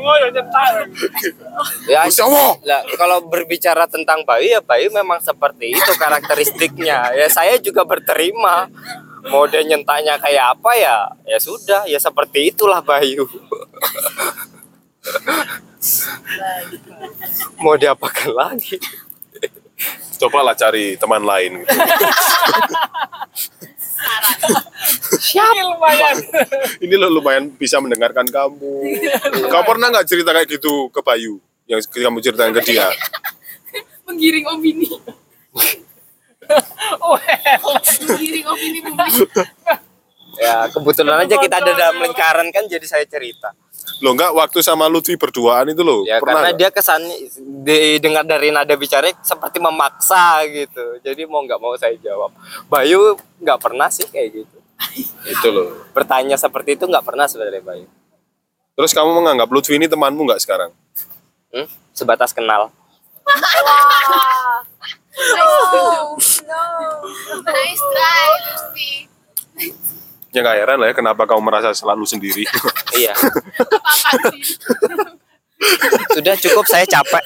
Ya Wis apa? lah, kalau berbicara tentang Bayu ya Bayu memang seperti itu karakteristiknya. Ya saya juga berterima. Mau dia nyentaknya kayak apa ya? Ya sudah, ya seperti itulah Bayu. Mau diapakan lagi? Cobalah cari teman lain gitu. Siap. Lumayan. Ini lo lumayan bisa mendengarkan kamu. Kamu pernah nggak cerita kayak gitu ke Bayu? Yang kamu ceritain ke dia? Menggiring opini. Menggiring opini publik. Ya kebetulan aja kita ada dalam lingkaran kan jadi saya cerita. Lo nggak waktu sama Lutfi berduaan itu lo? Ya pernah karena nggak? dia kesan didengar dari nada bicara seperti memaksa gitu. Jadi mau nggak mau saya jawab. Bayu nggak pernah sih kayak gitu. Itu loh. Bertanya seperti itu nggak pernah sebenarnya Bayu. Terus kamu menganggap Lutfi ini temanmu nggak sekarang? Hmm? Sebatas kenal. Oh, no. Nice try, Lutfi. Ya nggak heran lah ya kenapa kamu merasa selalu sendiri. Iya. Apa-apa sih? Sudah cukup saya capek.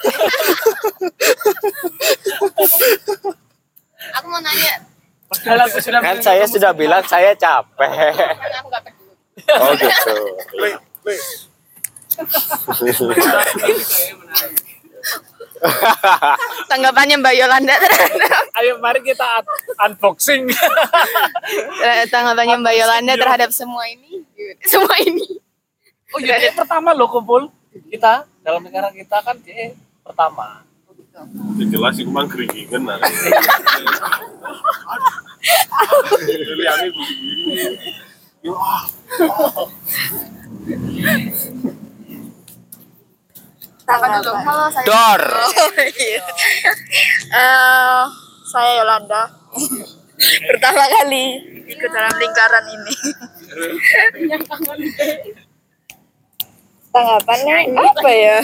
Aku mau nanya, Kan saya sudah bilang saya capek. karena aku gak peduli. Oh gitu. Tanggapannya Mbak Yolanda terhadap Ayo mari kita un- unboxing. tanggapannya Mbak Yolanda terhadap semua ini, semua ini. Oh iya, dia pertama lo kumpul kita dalam negara kita kan dia pertama. Ya jelas sih memang keringingan lah. Lihatnya begini. Tangan dulu. Halo, saya. Dor. Eh, saya Yolanda. Pertama kali ikut dalam lingkaran ini. Tanggapannya apa ya?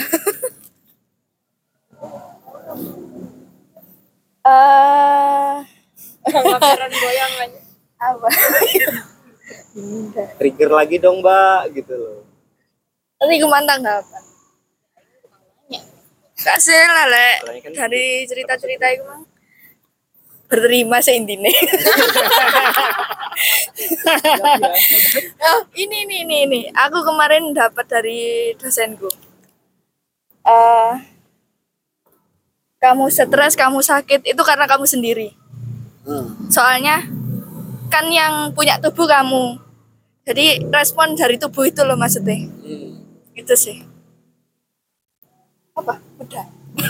Eh, apa? Trigger lagi dong Mbak gitu loh. Tapi gue tanggapan. Kasih lah lek dari cerita-cerita itu mah berterima seintine. Oh, ini ini ini ini. Aku kemarin dapat dari dosenku. Eh, kamu stres, kamu sakit itu karena kamu sendiri. Soalnya kan yang punya tubuh kamu. Jadi respon dari tubuh itu loh maksudnya. Itu sih. Apa? Udah.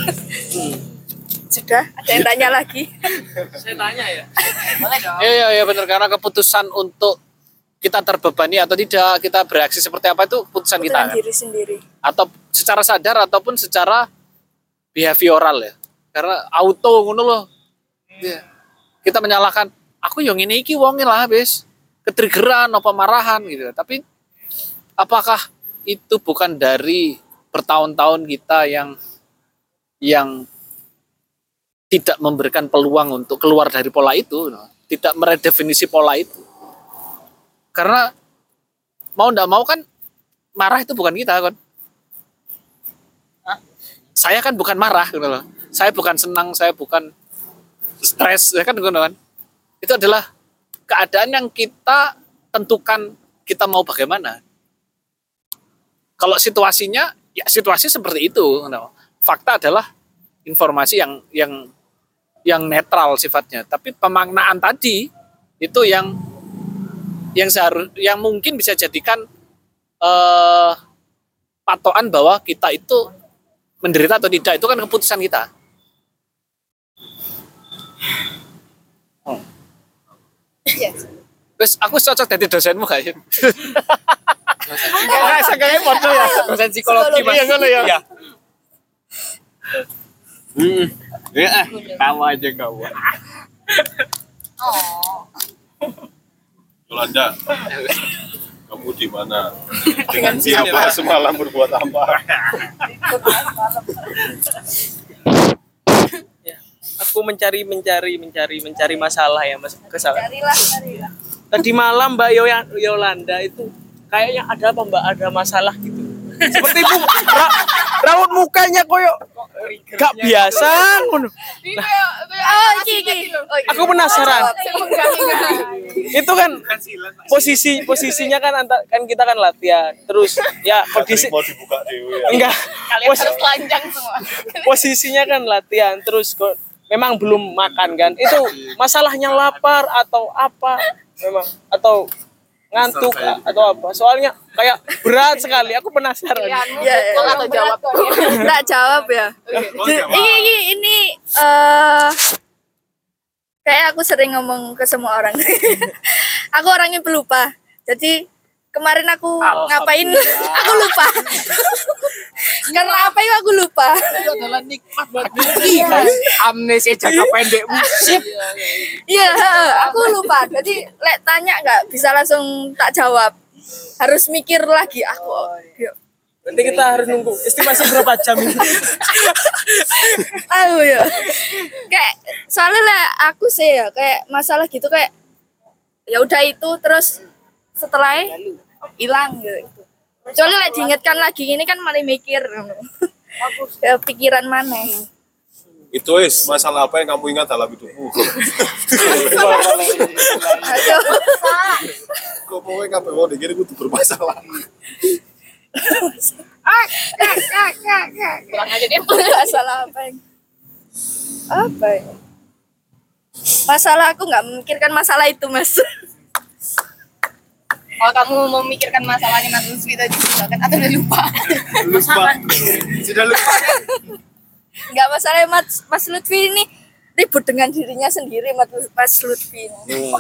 Sudah? Ada yang tanya lagi? Saya tanya ya. Boleh dong. Iya iya iya benar karena keputusan untuk kita terbebani atau tidak, kita bereaksi seperti apa itu keputusan kita Dengan kan. diri sendiri. Atau secara sadar ataupun secara behavioral ya. Karena auto ngono loh. Iya. Kita menyalahkan aku yang ini iki wonge lah habis ketriggeran apa marahan gitu. Tapi apakah itu bukan dari bertahun-tahun kita yang yang tidak memberikan peluang untuk keluar dari pola itu, no. Tidak meredefinisi pola itu. Karena mau ndak mau kan marah itu bukan kita kan. Saya kan bukan marah gitu loh. Saya bukan senang, saya bukan stres, ya kan gitu kan. Itu adalah keadaan yang kita tentukan kita mau bagaimana. Kalau situasinya ya situasi seperti itu, no. Fakta adalah informasi yang yang yang netral sifatnya, tapi pemaknaan tadi itu yang yang seharus yang mungkin bisa jadikan eh, patokan bahwa kita itu menderita atau tidak itu kan keputusan kita. Hmm. Terus aku cocok jadi dosenmu gak ya? Enggak, saya foto ya, dosen psikologi Mas. Iya, ngono ya. Iya. Hmm. Ya, tahu aja kamu. Oh. Yolanda, kamu di mana? Dengan siapa semalam berbuat apa? Aku aku mencari mencari mencari mencari masalah ya mas kesalahan. Carilah, carilah. Tadi malam Mbak Yoyan- Yolanda itu kayaknya ada apa Mbak ada masalah gitu. Seperti itu ra- raut mukanya koyo gak biasa ngono. Oh, iki iki. Oh, iki. Aku penasaran. Enggak, enggak. Itu kan posisi posisinya kan antar, kan kita kan latihan. Terus ya kondisi mau dibuka dewe ya. enggak Kalian pos- harus telanjang semua. posisinya kan latihan terus kok memang belum makan kan. Itu masalahnya lapar atau apa? Memang atau ngantuk atau apa? Soalnya kayak berat sekali. Aku penasaran. Pilihanmu Ya, ya, betul ya. atau jawab. Tak jawab ya. Oh, Ini jawab. ini ini eh kayak aku sering ngomong ke semua orang. Aku orangnya pelupa. Jadi kemarin aku ngapain aku lupa. Karena apa ya aku lupa. Itu adalah nikmat bagi amnesia jangka pendekmu. Sip. Iya, heeh, aku lupa. Jadi lek tanya nggak bisa langsung tak jawab. Harus mikir lagi aku. Yuk. Nanti kita harus nunggu estimasi berapa jam ini. Tahu ya. Kayak soalnya lah aku sih ya kayak masalah gitu kayak ya udah itu terus setelahnya hilang gitu. Soalnya lah diingatkan lagi ini kan malah mikir. Ya, pikiran mana? Itu wis masalah apa yang kamu ingat dalam hidupmu? Aduh. Kok pokoknya kabeh wong iki kudu bermasalah. Pulang aja deh. Masalah apa yang apa ya? Masalah aku nggak memikirkan masalah itu mas. Kalau kamu memikirkan masalahnya Mas Lutfi tadi juga kan atau udah lupa? Lupa. Sudah lupa. Nggak masalah mas mas Lutfi ini ribut dengan dirinya sendiri mas, mas Lutfi ini.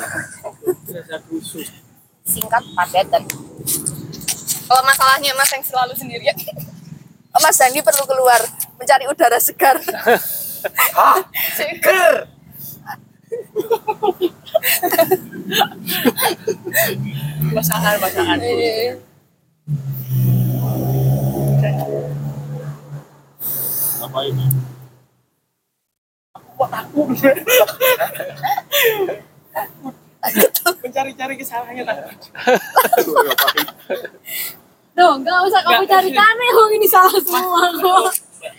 Singkat, padat dan kalau masalahnya Mas yang selalu sendirian. Mas Dandi perlu keluar mencari udara segar. Seger. Masakan masakan. Apa ini? Mencari-cari kesalahannya tak. Duh, nggak usah kamu cari aneh kok ini salah semua kok.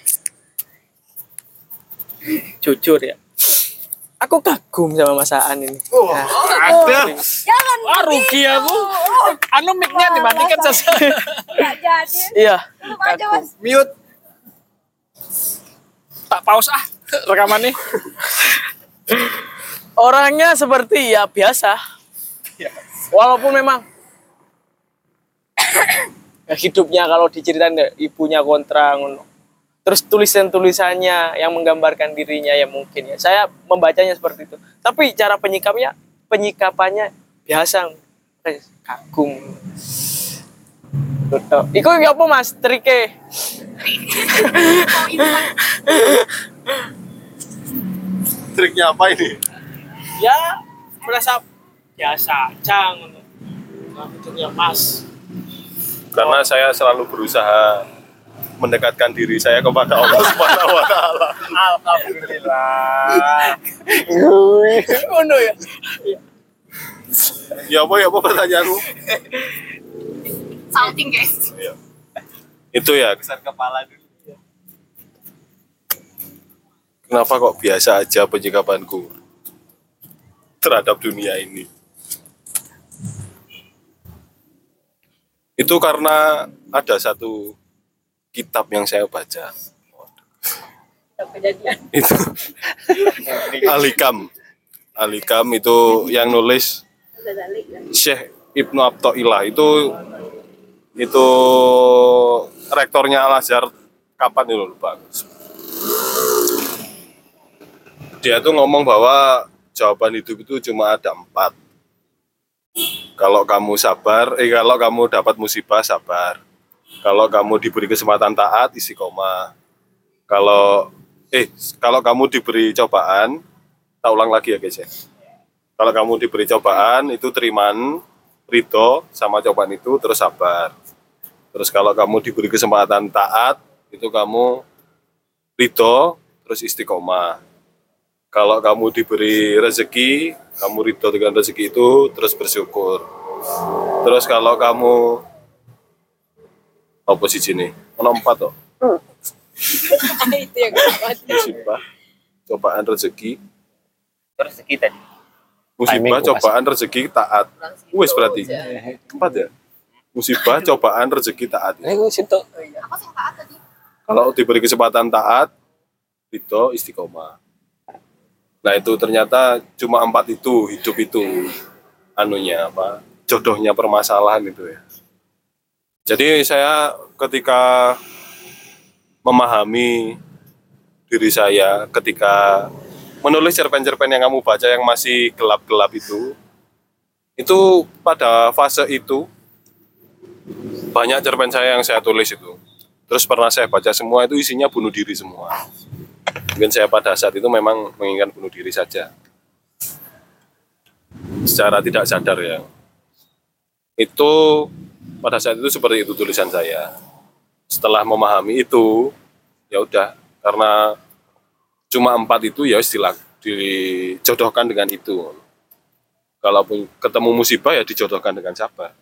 Jujur ya. Aku kagum sama masakan ini. Nah, Ada. Jangan Wah, rugi aku. Anu mic-nya dimatikan saja. nggak jadi. iya. Tutup aja mas. Mute. Tak pause ah rekamannya. Orangnya seperti ya biasa. Walaupun memang ya, hidupnya kalau diceritain ya, ibunya kontra ngono. Terus tulisan-tulisannya yang menggambarkan dirinya ya mungkin ya. Saya membacanya seperti itu. Tapi cara penyikapnya penyikapannya biasa. Eh, kagum. Tuh. Iku ya apa Mas trike? Triknya apa ini? Ya merasa biasa aja ngono. Nah, hidupnya Mas. Karena saya selalu berusaha mendekatkan diri saya kepada Allah Subhanahu wa taala. Alhamdulillah. Ngono ya. Ya apa ya apa pertanyaanmu? Salting guys. Itu ya. Besar kepala dulu. Kenapa kok biasa aja penyikapanku terhadap dunia ini? Itu karena ada satu kitab yang saya baca. Itu Alikam. Alikam itu yang nulis Syekh Ibnu Athaillah itu itu rektornya Al Azhar kapan itu lupa. Dia tuh ngomong bahwa jawaban hidup itu cuma ada empat. Kalau kamu sabar, eh kalau kamu dapat musibah sabar. Kalau kamu diberi kesempatan taat istiqomah. Kalau eh kalau kamu diberi cobaan, tak ulang lagi ya guys ya. Kalau kamu diberi cobaan itu terimaan, ridho sama cobaan itu terus sabar. Terus kalau kamu diberi kesempatan taat, itu kamu ridho terus istiqomah. Kalau kamu diberi rezeki, kamu ridho dengan rezeki itu, terus bersyukur. Terus kalau kamu apa sih ini? Ono empat toh. Itu yang kuat. Musibah, cobaan rezeki, Terus kita musibah, cobaan rezeki, taat. Wes berarti empat ya. Musibah, cobaan rezeki, taat. Ini gue situ. Kalau diberi kesempatan taat, itu istiqomah. Nah itu ternyata cuma empat itu hidup itu anunya apa jodohnya permasalahan itu ya. Jadi saya ketika memahami diri saya, ketika menulis cerpen-cerpen yang kamu baca yang masih gelap-gelap itu, itu pada fase itu banyak cerpen saya yang saya tulis itu. Terus pernah saya baca semua itu isinya bunuh diri semua. Mungkin saya pada saat itu memang menginginkan bunuh diri saja. Secara tidak sadar ya. Itu pada saat itu seperti itu tulisan saya. Setelah memahami itu, ya udah karena cuma empat itu ya istilah dijodohkan dengan itu. Kalaupun ketemu musibah ya dijodohkan dengan sabar.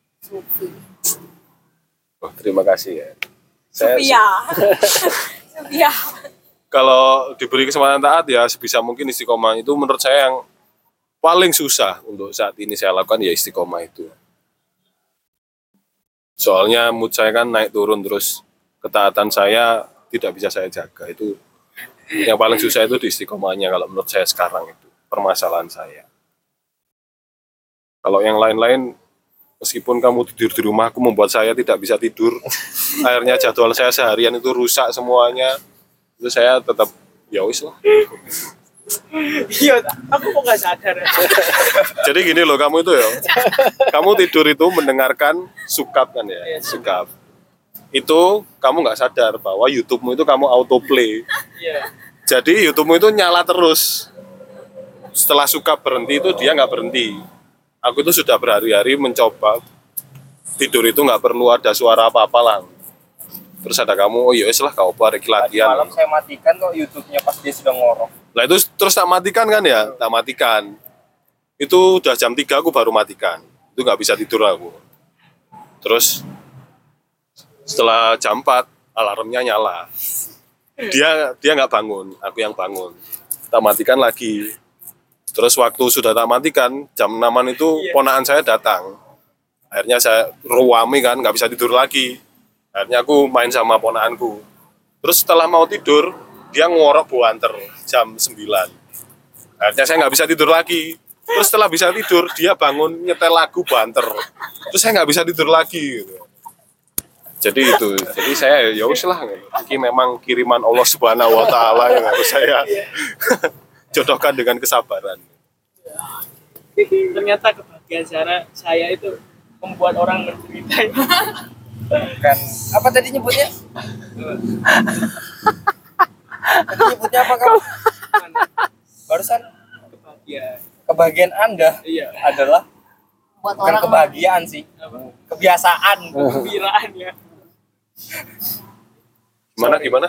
Oh, terima kasih ya. Saya, Iya. kalau diberi kesempatan taat ya sebisa mungkin istiqomah itu menurut saya yang paling susah untuk saat ini saya lakukan ya istiqomah itu. Soalnya mood saya kan naik turun terus ketaatan saya tidak bisa saya jaga itu. Yang paling susah itu di istiqomahnya kalau menurut saya sekarang itu permasalahan saya. Kalau yang lain-lain meskipun kamu tidur di rumah aku membuat saya tidak bisa tidur. Akhirnya jadwal saya seharian itu rusak semuanya. Itu saya tetap ya wis lah. Iya, aku kok nggak sadar. Jadi gini loh kamu itu ya, kamu tidur itu mendengarkan sukap kan ya, sukap. Itu kamu nggak sadar bahwa YouTube-mu itu kamu autoplay. Iya. Jadi YouTube-mu itu nyala terus. Setelah sukap berhenti itu dia nggak berhenti. Aku itu sudah berhari-hari mencoba tidur itu nggak perlu ada suara apa-apa lah. Terus ada kamu, oh iya wis lah kau hari tadi latihan. malam saya matikan kok YouTube-nya pas dia sudah ngorok. Nah itu terus tak matikan kan ya, tak matikan. Itu udah jam tiga aku baru matikan. Itu nggak bisa tidur aku. Terus setelah jam empat alarmnya nyala. Dia dia nggak bangun, aku yang bangun. Tak matikan lagi. Terus waktu sudah tak matikan, jam enaman itu ponakan saya datang. Akhirnya saya ruami kan, nggak bisa tidur lagi. Akhirnya aku main sama ponakanku. Terus setelah mau tidur, dia ngorok buanter jam sembilan. Akhirnya saya nggak bisa tidur lagi. Terus setelah bisa tidur, dia bangun nyetel lagu banter. Terus saya nggak bisa tidur lagi. Gitu. Jadi itu, jadi saya ya wis lah. Ini memang kiriman Allah Subhanahu Wa Taala yang harus saya jodohkan dengan kesabaran. Ternyata kebahagiaan saya, saya itu membuat orang menderita. Bukan apa tadi nyebutnya? Tadi nyebutnya apa kamu? Barusan Kebahagiaan. kebahagiaan Anda Iya. adalah Buat bukan orang kebahagiaan sih, kebiasaan. Kegembiraan ya. Gimana gimana?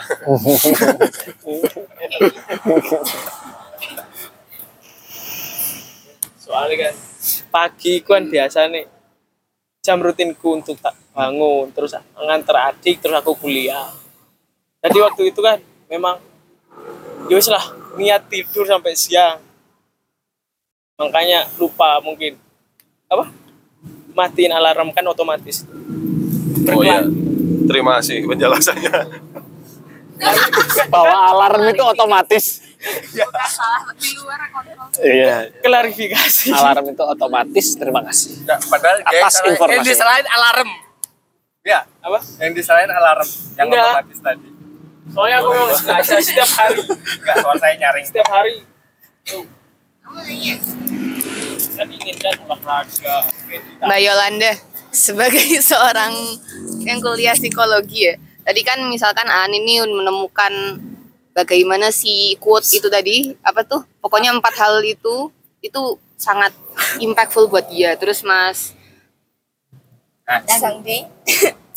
Soalnya kan pagi kan biasa nih jam rutinku untuk tak bangun terus nganter adik terus aku kuliah. Jadi waktu itu kan memang ya wis lah niat tidur sampai siang. Makanya lupa mungkin apa? Matiin alarm kan otomatis. Oh iya, terima kasih penjelasannya. Bahwa alarm itu otomatis. Di luar kontrol. Iya, Klarifikasi. alarm itu otomatis. Terima kasih. Nggak, padahal dia Atas salah- informasi. yang disalahin alarm. Ya, Apa? yang disalahin alarm yang Enggak. otomatis tadi. Soalnya aku memang sengaja setiap hari. Enggak, soal saya nyaring. Setiap hari. Tuh. Kan ingin kan olahraga, meditasi. Mbak Yolanda, sebagai seorang yang kuliah psikologi ya, tadi kan misalkan Aan ini menemukan bagaimana si quote itu tadi, apa tuh, pokoknya empat hal itu, itu sangat impactful buat dia. Terus Mas, Sangdi.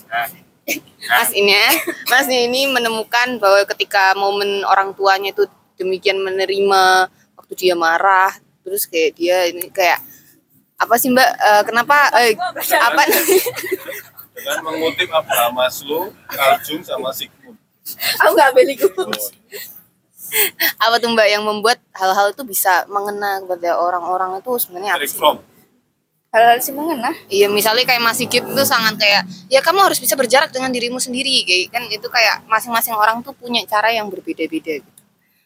Mas ini ya, Mas ini menemukan bahwa ketika momen orang tuanya itu sedemikian menerima waktu dia marah, terus kayak dia ini kayak apa sih Mbak? Eh, kenapa? Eh, apa? Dengan mengutip Abraham Maslow, Carl Jung sama Sigmund. Aku nggak beli itu. Apa tuh Mbak yang membuat hal-hal itu bisa mengena kepada orang-orang itu sebenarnya apa Eric sih? Fromm. Hal-hal sih mengena. Iya, misalnya kayak Mas Sigit itu sangat kayak ya kamu harus bisa berjarak dengan dirimu sendiri, kayak kan itu kayak masing-masing orang tuh punya cara yang berbeda-beda gitu.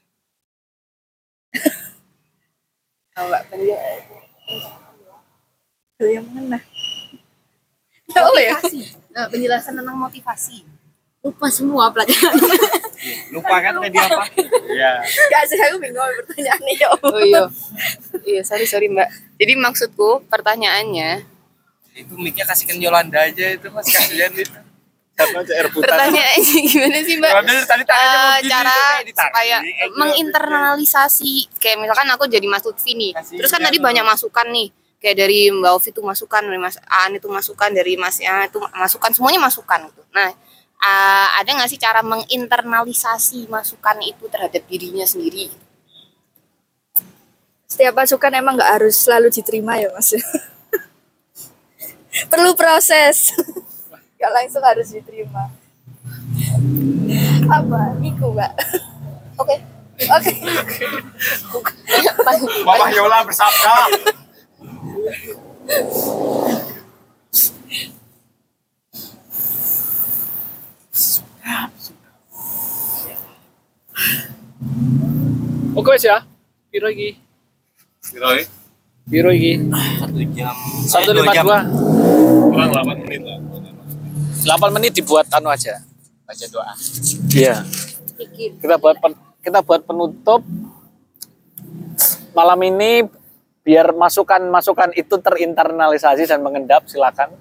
Oh, Mbak, penjelasan. Hal yang mengena. Tahu ya? Nah, penjelasan tentang motivasi. Lupa semua pelajaran. Lupa kan tadi apa? Iya. Gak sih, aku bingung pertanyaannya ya. Oh iya. Iya, sorry sorry Mbak. Jadi maksudku pertanyaannya, Itu mic-nya kasihkan Yolanda aja itu Mas, kasihan itu. Karena C R Butan. pertanyaannya gimana sih Mbak? Yolanda dari tadi tangannya Eh, mau gini, cara tuh kayak ditarik. supaya Eh, menginternalisasi kayak misalkan aku jadi Mas Lutfi nih. Kasih Terus kan dia tadi tuh. banyak masukan nih. Kayak dari Mbak Ovi itu masukan, dari Mas Aan itu masukan, dari Mas A itu masukan, semuanya masukan gitu. Nah, eh, ada nggak sih cara menginternalisasi masukan itu terhadap dirinya sendiri? Setiap masukan emang nggak harus selalu diterima ya Mas. Perlu proses. Gak langsung harus diterima. Apa? Iku Mbak. Oke. Oke. Mama Yola bersabda. Oke wes ya. Piro iki? Roy, Piro iki? Satu jam. satu lima dua. kurang delapan menit lah. delapan menit dibuat anu aja. Baca doa. Iya. Kita buat pen- kita buat penutup malam ini biar masukan-masukan itu terinternalisasi dan mengendap, silakan.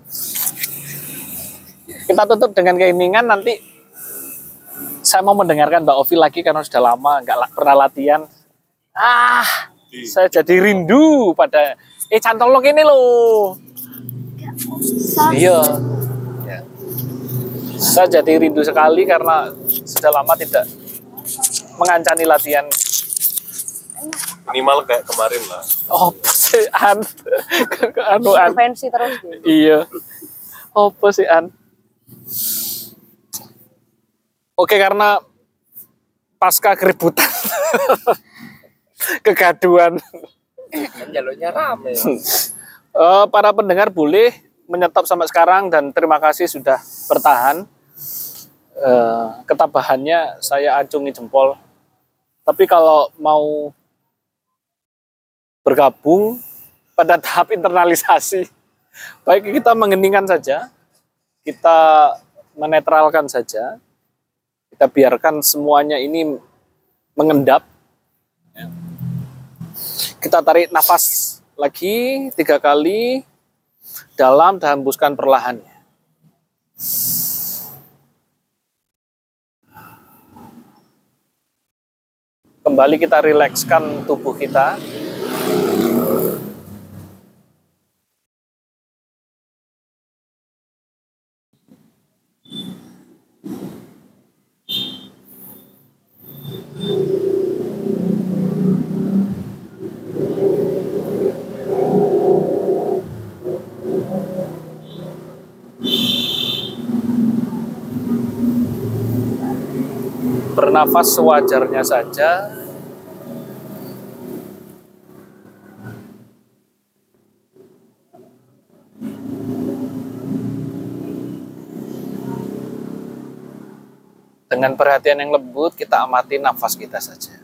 Kita tutup dengan keiningan nanti saya mau mendengarkan Mbak Ovi lagi karena sudah lama nggak la- pernah latihan. Ah, saya jadi rindu pada eh cantolok ini loh. Iya. Ya. Saya jadi rindu sekali karena sudah lama tidak mengancani latihan. Minimal kayak kemarin lah. Oh, sih an, anu an. Intervensi terus gitu. Iya. Apa sih an? Oke, karena pasca keributan, kegaduhan, Kan jalurnya rame. eh, para pendengar boleh menyetop sampai sekarang dan terima kasih sudah bertahan. Eh, ketabahannya saya acungi jempol. Tapi kalau mau bergabung pada tahap internalisasi, baik kita mengeningkan saja, kita menetralkan saja, kita biarkan semuanya ini mengendap. Kita tarik nafas lagi tiga kali dalam dan hembuskan perlahan. Kembali kita rilekskan tubuh kita. Bernafas sewajarnya saja. Dengan perhatian yang lembut, kita amati nafas kita saja.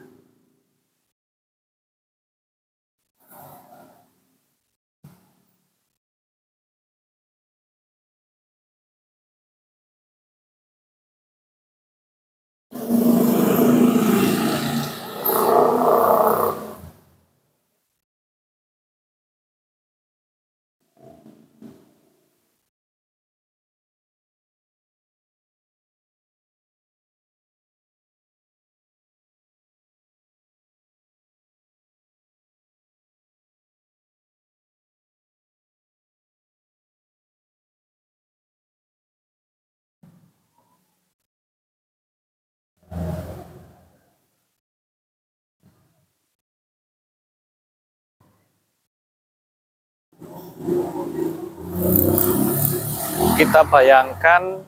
Kita bayangkan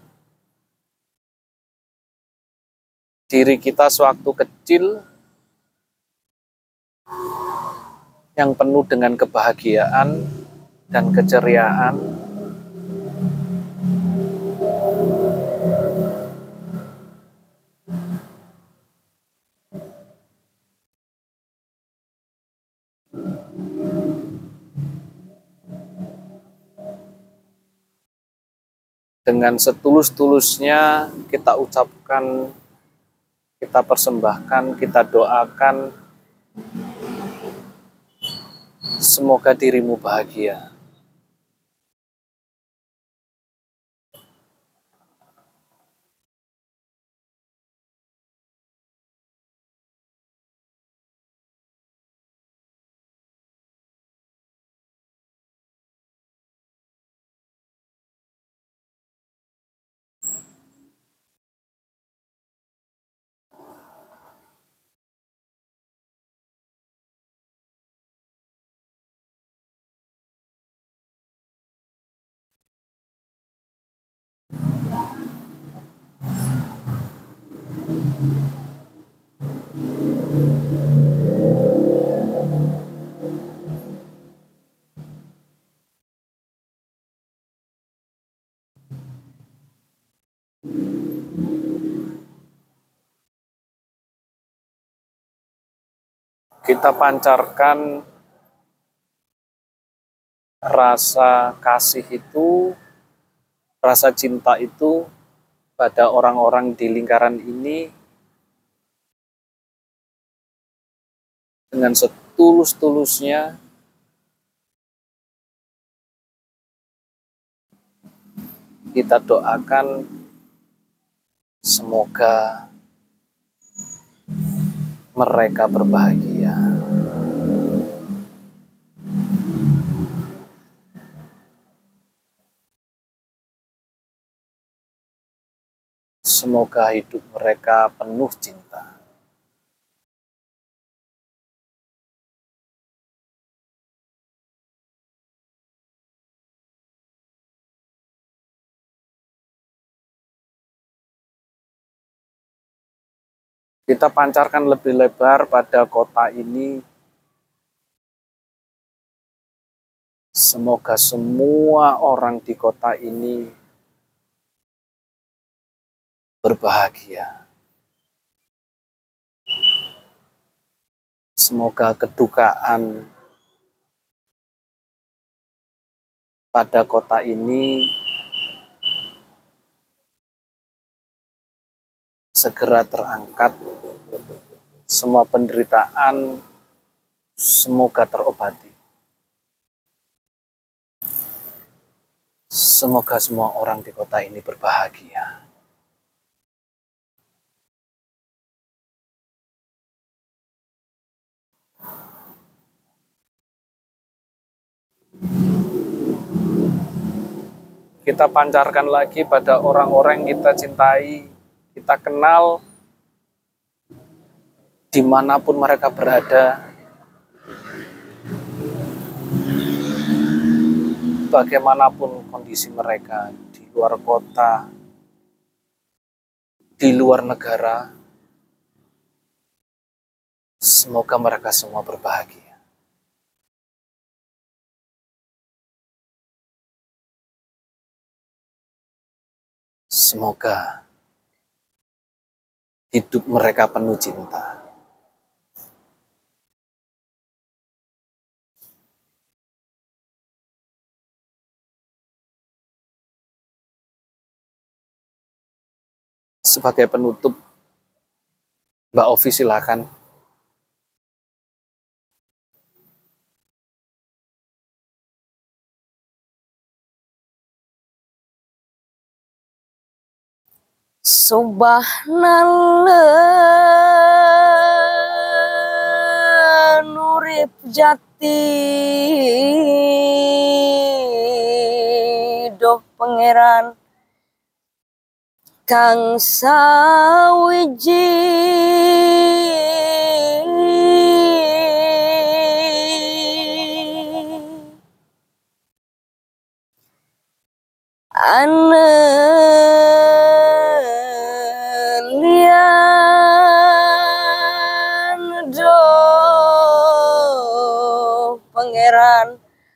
diri kita sewaktu kecil yang penuh dengan kebahagiaan dan keceriaan. Dengan setulus-tulusnya kita ucapkan, kita persembahkan, kita doakan, semoga dirimu bahagia. Kita pancarkan rasa kasih itu, rasa cinta itu pada orang-orang di lingkaran ini dengan setulus-tulusnya. Kita doakan semoga mereka berbahagia. Semoga hidup mereka penuh cinta. Kita pancarkan lebih lebar pada kota ini. Semoga semua orang di kota ini berbahagia. Semoga kedukaan pada kota ini segera terangkat, semua penderitaan semoga terobati. Semoga semua orang di kota ini berbahagia. Kita pancarkan lagi pada orang-orang yang kita cintai, kita kenal, dimanapun mereka berada, bagaimanapun kondisi mereka, di luar kota, di luar negara, semoga mereka semua berbahagia. Semoga hidup mereka penuh cinta. Sebagai penutup, Mbak Ovi silakan. Subhanallah nurip jati doh pangeran kang sawiji Anelian do pangeran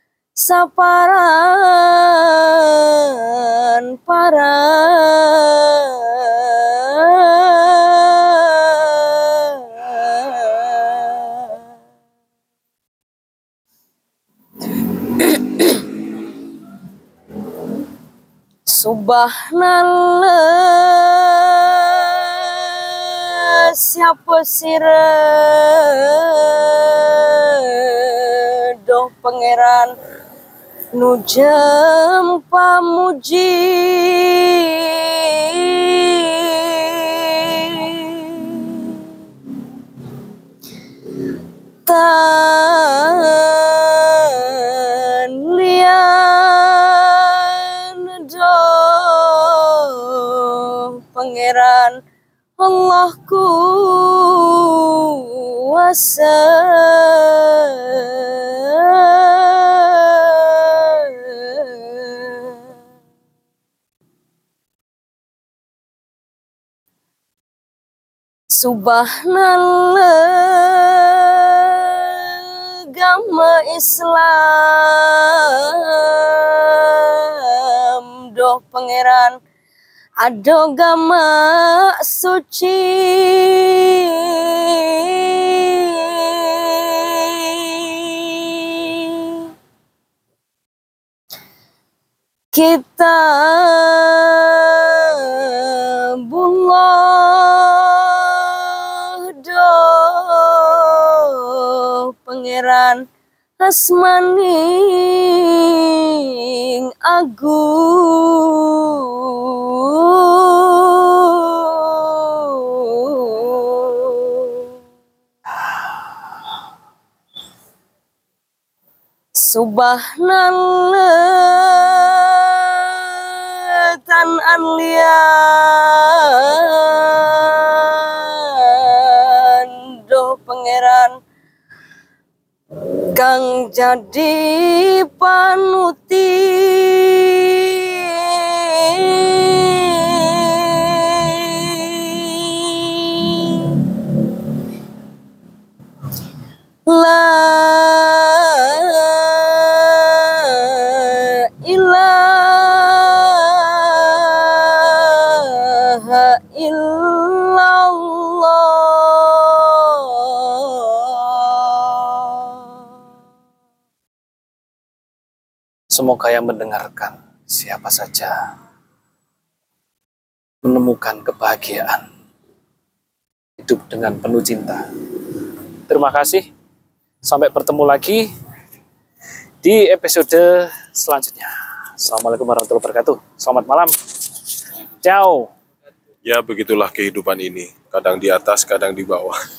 saparan para Subhanallah, siapa siredoh pangeran nujem pamuji tan lian do pangeran Allah kuasa Subhanallah, agama Islam doh pangeran ado agama suci kita pangeran asmaning agung Subhanallah tan anlian doh pangeran kang jadi panuti la ilaha illallah. Semoga yang mendengarkan siapa saja menemukan kebahagiaan hidup dengan penuh cinta. Terima kasih. Sampai bertemu lagi di episode selanjutnya. Assalamualaikum warahmatullahi wabarakatuh. Selamat malam. Ciao. Ya begitulah kehidupan ini, kadang di atas, kadang di bawah.